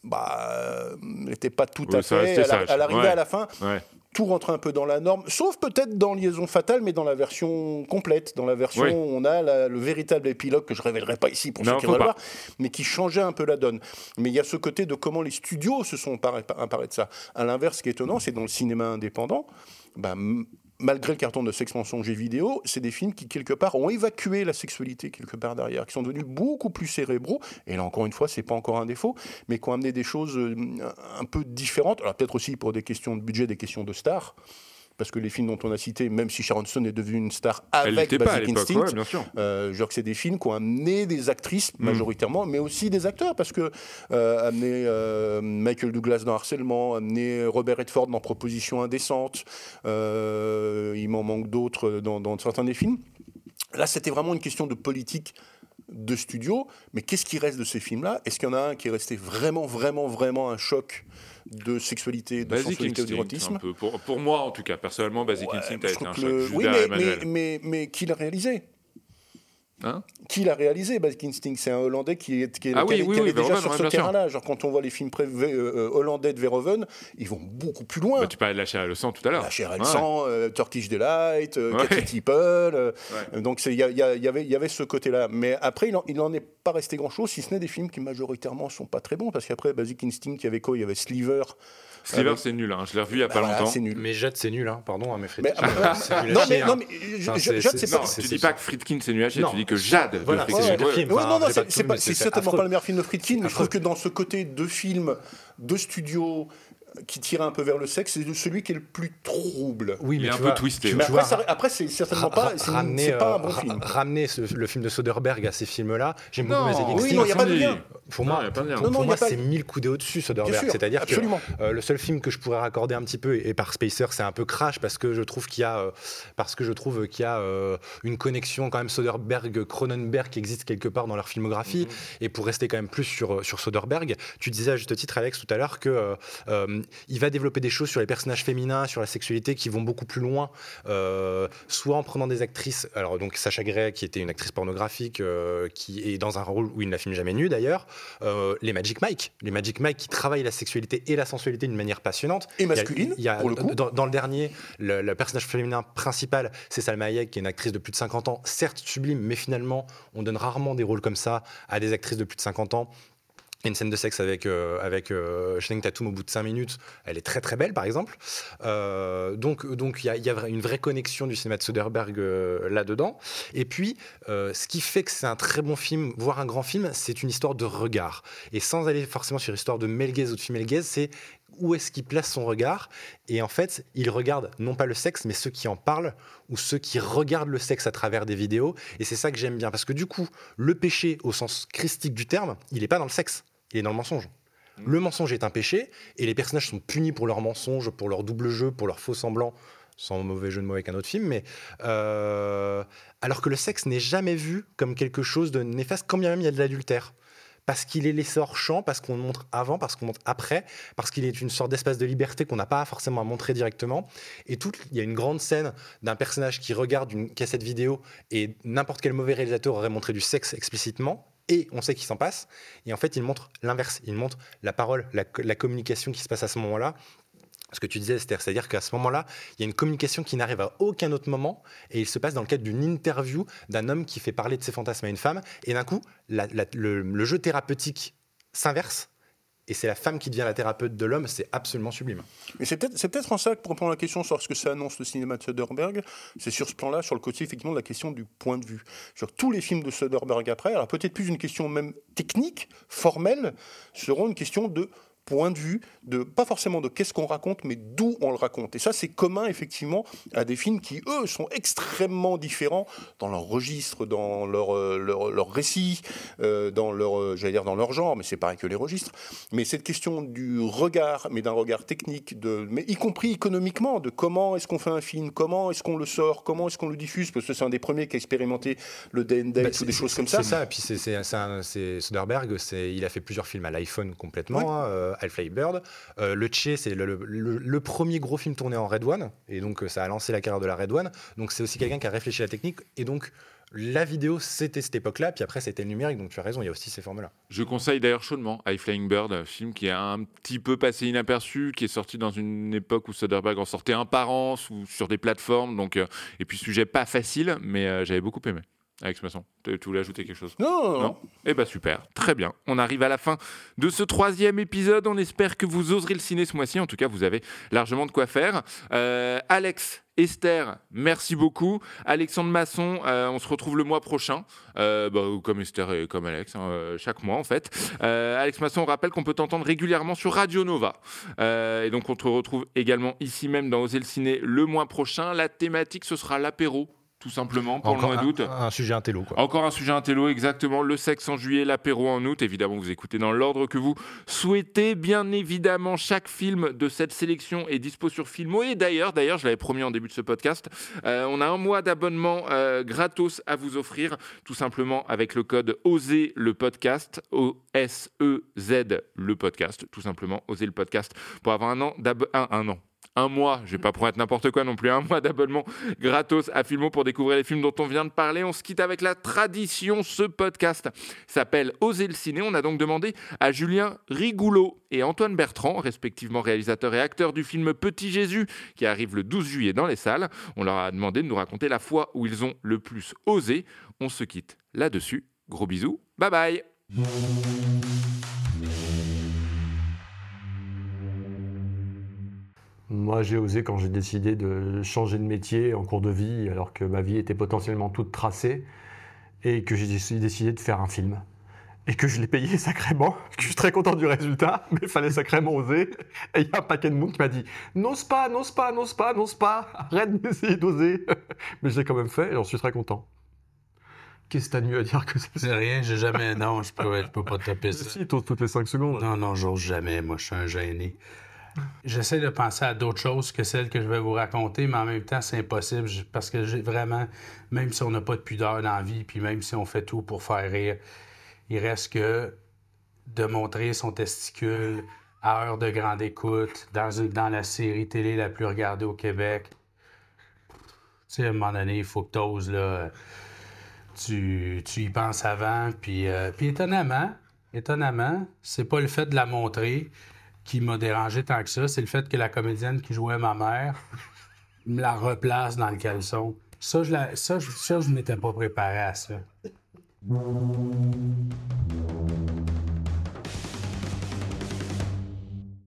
bah, n'était pas tout oui, à fait à, la, à l'arrivée ouais. à la fin ouais. tout rentrait un peu dans la norme, sauf peut-être dans Liaison fatale, mais dans la version complète, dans la version oui. où on a la, le véritable épilogue que je révélerai pas ici pour non, ceux qui veulent le voir, mais qui changeait un peu la donne. Mais il y a ce côté de comment les studios se sont emparés, emparés de ça. À l'inverse, ce qui est étonnant, c'est dans le cinéma indépendant, bah, m- malgré le carton de Sexe, mensonge et vidéo, c'est des films qui, quelque part, ont évacué la sexualité quelque part derrière, qui sont devenus beaucoup plus cérébraux, et là, encore une fois, c'est pas encore un défaut, mais qui ont amené des choses un peu différentes, alors peut-être aussi pour des questions de budget, des questions de stars, parce que les films dont on a cité, même si Sharon Stone est devenue une star avec Basic Instinct, ouais, bien sûr. Euh, genre que c'est des films qui ont amené des actrices majoritairement, mmh. mais aussi des acteurs, parce que euh, amener euh, Michael Douglas dans Harcèlement, amener Robert Redford dans Proposition indécente, euh, il m'en manque d'autres dans, dans certains des films. Là, c'était vraiment une question de politique de studio, mais qu'est-ce qui reste de ces films-là ? Est-ce qu'il y en a un qui est resté vraiment, vraiment, vraiment un choc de sexualité, de Basic sensualité ou d'érotisme ? pour, pour moi, en tout cas, personnellement, Basic ouais, Instinct a été un choc. Le... Oui, mais, mais, mais, mais qui l'a réalisé ? Hein qui l'a réalisé, Basic Instinct ? C'est un Hollandais qui est, qui est, ah qui oui, est, oui, qui oui, est déjà Verhoeven, sur ouais, ce bien terrain-là. sûr. Genre, quand on voit les films pré- euh, hollandais de Verhoeven, ils vont beaucoup plus loin. Bah, tu parlais de La chair et le sang tout à l'heure. La chair et le ouais. sang, euh, Turkish Delight, euh, ouais. Cathy People. Euh, ouais. Donc il y, y, y, avait, y avait ce côté-là. Mais après, il n'en est pas resté grand-chose, si ce n'est des films qui majoritairement ne sont pas très bons. Parce qu'après, Basic Instinct, il y avait quoi ? Il y avait Sliver. Sliver, euh, c'est nul, hein. Je l'ai revu il y a bah pas voilà, longtemps. C'est nul. Mais Jade, c'est nul, hein. Pardon, hein, mais mais, Friedkin, c'est nul. Non, mais, non, mais enfin, Jade, c'est, c'est pas. Non, tu dis pas que Friedkin c'est nul à chier, tu dis que Jade. Voilà, c'est le film. Ouais, non, non, c'est, c'est, pas, c'est certainement pas le meilleur film de Friedkin, mais je trouve que dans ce côté de film, de studio, qui tire un peu vers le sexe, c'est celui qui est le plus trouble. Oui, mais il est un vois, peu twisté. Mais après, ça, après, c'est certainement pas, c'est, ramener, c'est pas un bon ra- film. Ramener ce, le film de Soderbergh à ces films-là, j'aime beaucoup Magic oui, non, il n'y a pas de lien. Pour moi, non, pour, pour, non, pour non, moi pas... c'est mille coups au-dessus, Soderbergh. Sûr, C'est-à-dire absolument. que euh, le seul film que je pourrais raccorder un petit peu, et, et par Spacer, c'est un peu Crash, parce que je trouve qu'il y a, euh, parce que je trouve qu'il y a euh, une connexion quand même Soderbergh-Cronenberg qui existe quelque part dans leur filmographie. Mm-hmm. Et pour rester quand même plus sur, sur Soderbergh, tu disais à juste titre, Alex, tout à l'heure, qu'il euh, euh, va développer des choses sur les personnages féminins, sur la sexualité, qui vont beaucoup plus loin, euh, soit en prenant des actrices, alors donc Sacha Grey, qui était une actrice pornographique, euh, qui est dans un rôle où il ne la filme jamais nue d'ailleurs, euh, les Magic Mike, les Magic Mike qui travaillent la sexualité et la sensualité d'une manière passionnante. Et masculine, il y a, il y a, pour le coup. Dans, dans le dernier, le, le personnage féminin principal, c'est Salma Hayek, qui est une actrice de plus de cinquante ans, certes sublime, mais finalement, on donne rarement des rôles comme ça à des actrices de plus de cinquante ans. Une scène de sexe avec, euh, avec euh, Channing Tatum au bout de cinq minutes, elle est très très belle par exemple. Euh, donc donc il y, y a une vraie connexion du cinéma de Soderbergh euh, là-dedans. Et puis euh, ce qui fait que c'est un très bon film, voire un grand film, c'est une histoire de regard. Et sans aller forcément sur l'histoire de male gaze ou de female gaze, c'est où est-ce qu'il place son regard. Et en fait, il regarde non pas le sexe, mais ceux qui en parlent ou ceux qui regardent le sexe à travers des vidéos. Et c'est ça que j'aime bien, parce que du coup, le péché au sens christique du terme, il n'est pas dans le sexe. Il est dans le mensonge. Le mensonge est un péché et les personnages sont punis pour leur mensonge, pour leur double jeu, pour leur faux semblant, sans mauvais jeu de mots avec un autre film, mais euh, alors que le sexe n'est jamais vu comme quelque chose de néfaste, quand bien même il y a de l'adultère. Parce qu'il est laissé hors champ, parce qu'on le montre avant, parce qu'on montre après, parce qu'il est une sorte d'espace de liberté qu'on n'a pas forcément à montrer directement. Et tout, il y a une grande scène d'un personnage qui regarde une cassette vidéo et n'importe quel mauvais réalisateur aurait montré du sexe explicitement. Et on sait qu'il s'en passe. Et en fait, il montre l'inverse. Il montre la parole, la, la communication qui se passe à ce moment-là. Ce que tu disais, Esther, c'est-à-dire qu'à ce moment-là, il y a une communication qui n'arrive à aucun autre moment. Et il se passe dans le cadre d'une interview d'un homme qui fait parler de ses fantasmes à une femme. Et d'un coup, la, la, le, le jeu thérapeutique s'inverse. Et c'est la femme qui devient la thérapeute de l'homme, c'est absolument sublime. Mais c'est peut-être, c'est peut-être en ça que, pour répondre à la question sur ce que ça annonce le cinéma de Soderbergh, c'est sur ce plan-là, sur le côté effectivement de la question du point de vue. Sur tous les films de Soderbergh après, alors peut-être plus une question même technique, formelle, seront une question de point de vue, de, pas forcément de qu'est-ce qu'on raconte, mais d'où on le raconte. Et ça, c'est commun, effectivement, à des films qui, eux, sont extrêmement différents dans leur registre, dans leur, euh, leur, leur récit, euh, dans leur, euh, j'allais dire dans leur genre, mais c'est pareil que les registres. Mais cette question du regard, mais d'un regard technique, de, mais y compris économiquement, de comment est-ce qu'on fait un film, comment est-ce qu'on le sort, comment est-ce qu'on le diffuse, parce que c'est un des premiers qui a expérimenté le D N D bah, ou des choses comme ça. C'est ça, et puis c'est, c'est, c'est, un, c'est Soderbergh, c'est, il a fait plusieurs films à l'iPhone complètement, oui. hein, euh, I'll Fly Bird. Euh, le Che, c'est le, le, le premier gros film tourné en Red One, et donc ça a lancé la carrière de la Red One. Donc c'est aussi quelqu'un qui a réfléchi à la technique, et donc la vidéo, c'était cette époque-là, puis après, c'était le numérique, donc tu as raison, il y a aussi ces formes-là. Je conseille d'ailleurs chaudement High Flying Bird, un film qui est un petit peu passé inaperçu, qui est sorti dans une époque où Soderbergh en sortait un par an, ou sur des plateformes, donc, euh, et puis sujet pas facile, mais euh, j'avais beaucoup aimé. Alex Masson, tu voulais ajouter quelque chose ? Non, non, non. Eh bien, super, très bien. On arrive à la fin de ce troisième épisode. On espère que vous oserez le ciné ce mois-ci. En tout cas, vous avez largement de quoi faire. Euh, Alex, Esther, merci beaucoup. Alexandre Masson, euh, on se retrouve le mois prochain, euh, bah, comme Esther et comme Alex, hein, chaque mois en fait. Euh, Alex Masson, on rappelle qu'on peut t'entendre régulièrement sur Radio Nova. Euh, et donc, on te retrouve également ici même dans Oser le ciné le mois prochain. La thématique, ce sera l'apéro. Tout simplement, pour Encore le mois d'août. Un, un sujet intello, quoi. Encore un sujet intello, exactement. Le sexe en juillet, l'apéro en août. Évidemment, vous écoutez dans l'ordre que vous souhaitez. Bien évidemment, chaque film de cette sélection est dispo sur Filmo. Et d'ailleurs, d'ailleurs, je l'avais promis en début de ce podcast, euh, on a un mois d'abonnement euh, gratos à vous offrir, tout simplement avec le code OSER le podcast, O S E Z le podcast, tout simplement, OSER le podcast, pour avoir un an d'abonnement. Un, un an. Un mois, je vais pas promettre n'importe quoi non plus, un mois d'abonnement gratos à Filmo pour découvrir les films dont on vient de parler. On se quitte avec la tradition. Ce podcast s'appelle Oser le ciné. On a donc demandé à Julien Rigoulot et Antoine Bertrand, respectivement réalisateurs et acteurs du film Petit Jésus, qui arrive le douze juillet dans les salles. On leur a demandé de nous raconter la fois où ils ont le plus osé. On se quitte là-dessus. Gros bisous. Bye bye. Moi, j'ai osé quand j'ai décidé de changer de métier en cours de vie, alors que ma vie était potentiellement toute tracée, et que j'ai décidé de faire un film. Et que je l'ai payé sacrément, que je suis très content du résultat, mais il fallait sacrément oser. Et il y a un paquet de monde qui m'a dit « N'ose pas, n'ose pas, n'ose pas, n'ose pas, arrête d'essayer d'oser !» Mais je l'ai quand même fait et j'en suis très content. Qu'est-ce que t'as de mieux à dire que ça? C'est rien, j'ai jamais... Non, je peux, je peux pas taper ça. Si, t'oses toutes les cinq secondes. Non, non, j'ose jamais, moi, je suis un gêné. J'essaie de penser à d'autres choses que celles que je vais vous raconter, mais en même temps, c'est impossible parce que j'ai vraiment, même si on n'a pas de pudeur dans la vie, puis même si on fait tout pour faire rire, il reste que de montrer son testicule à heure de grande écoute dans, une, dans la série télé la plus regardée au Québec. Tu sais, à un moment donné, il faut que t'oses, là, tu, tu y penses avant, puis, euh, puis étonnamment, étonnamment, c'est pas le fait de la montrer qui m'a dérangé tant que ça, c'est le fait que la comédienne qui jouait ma mère me la replace dans le caleçon. Ça, je ne ça, je, ça, je m'étais pas préparé à ça.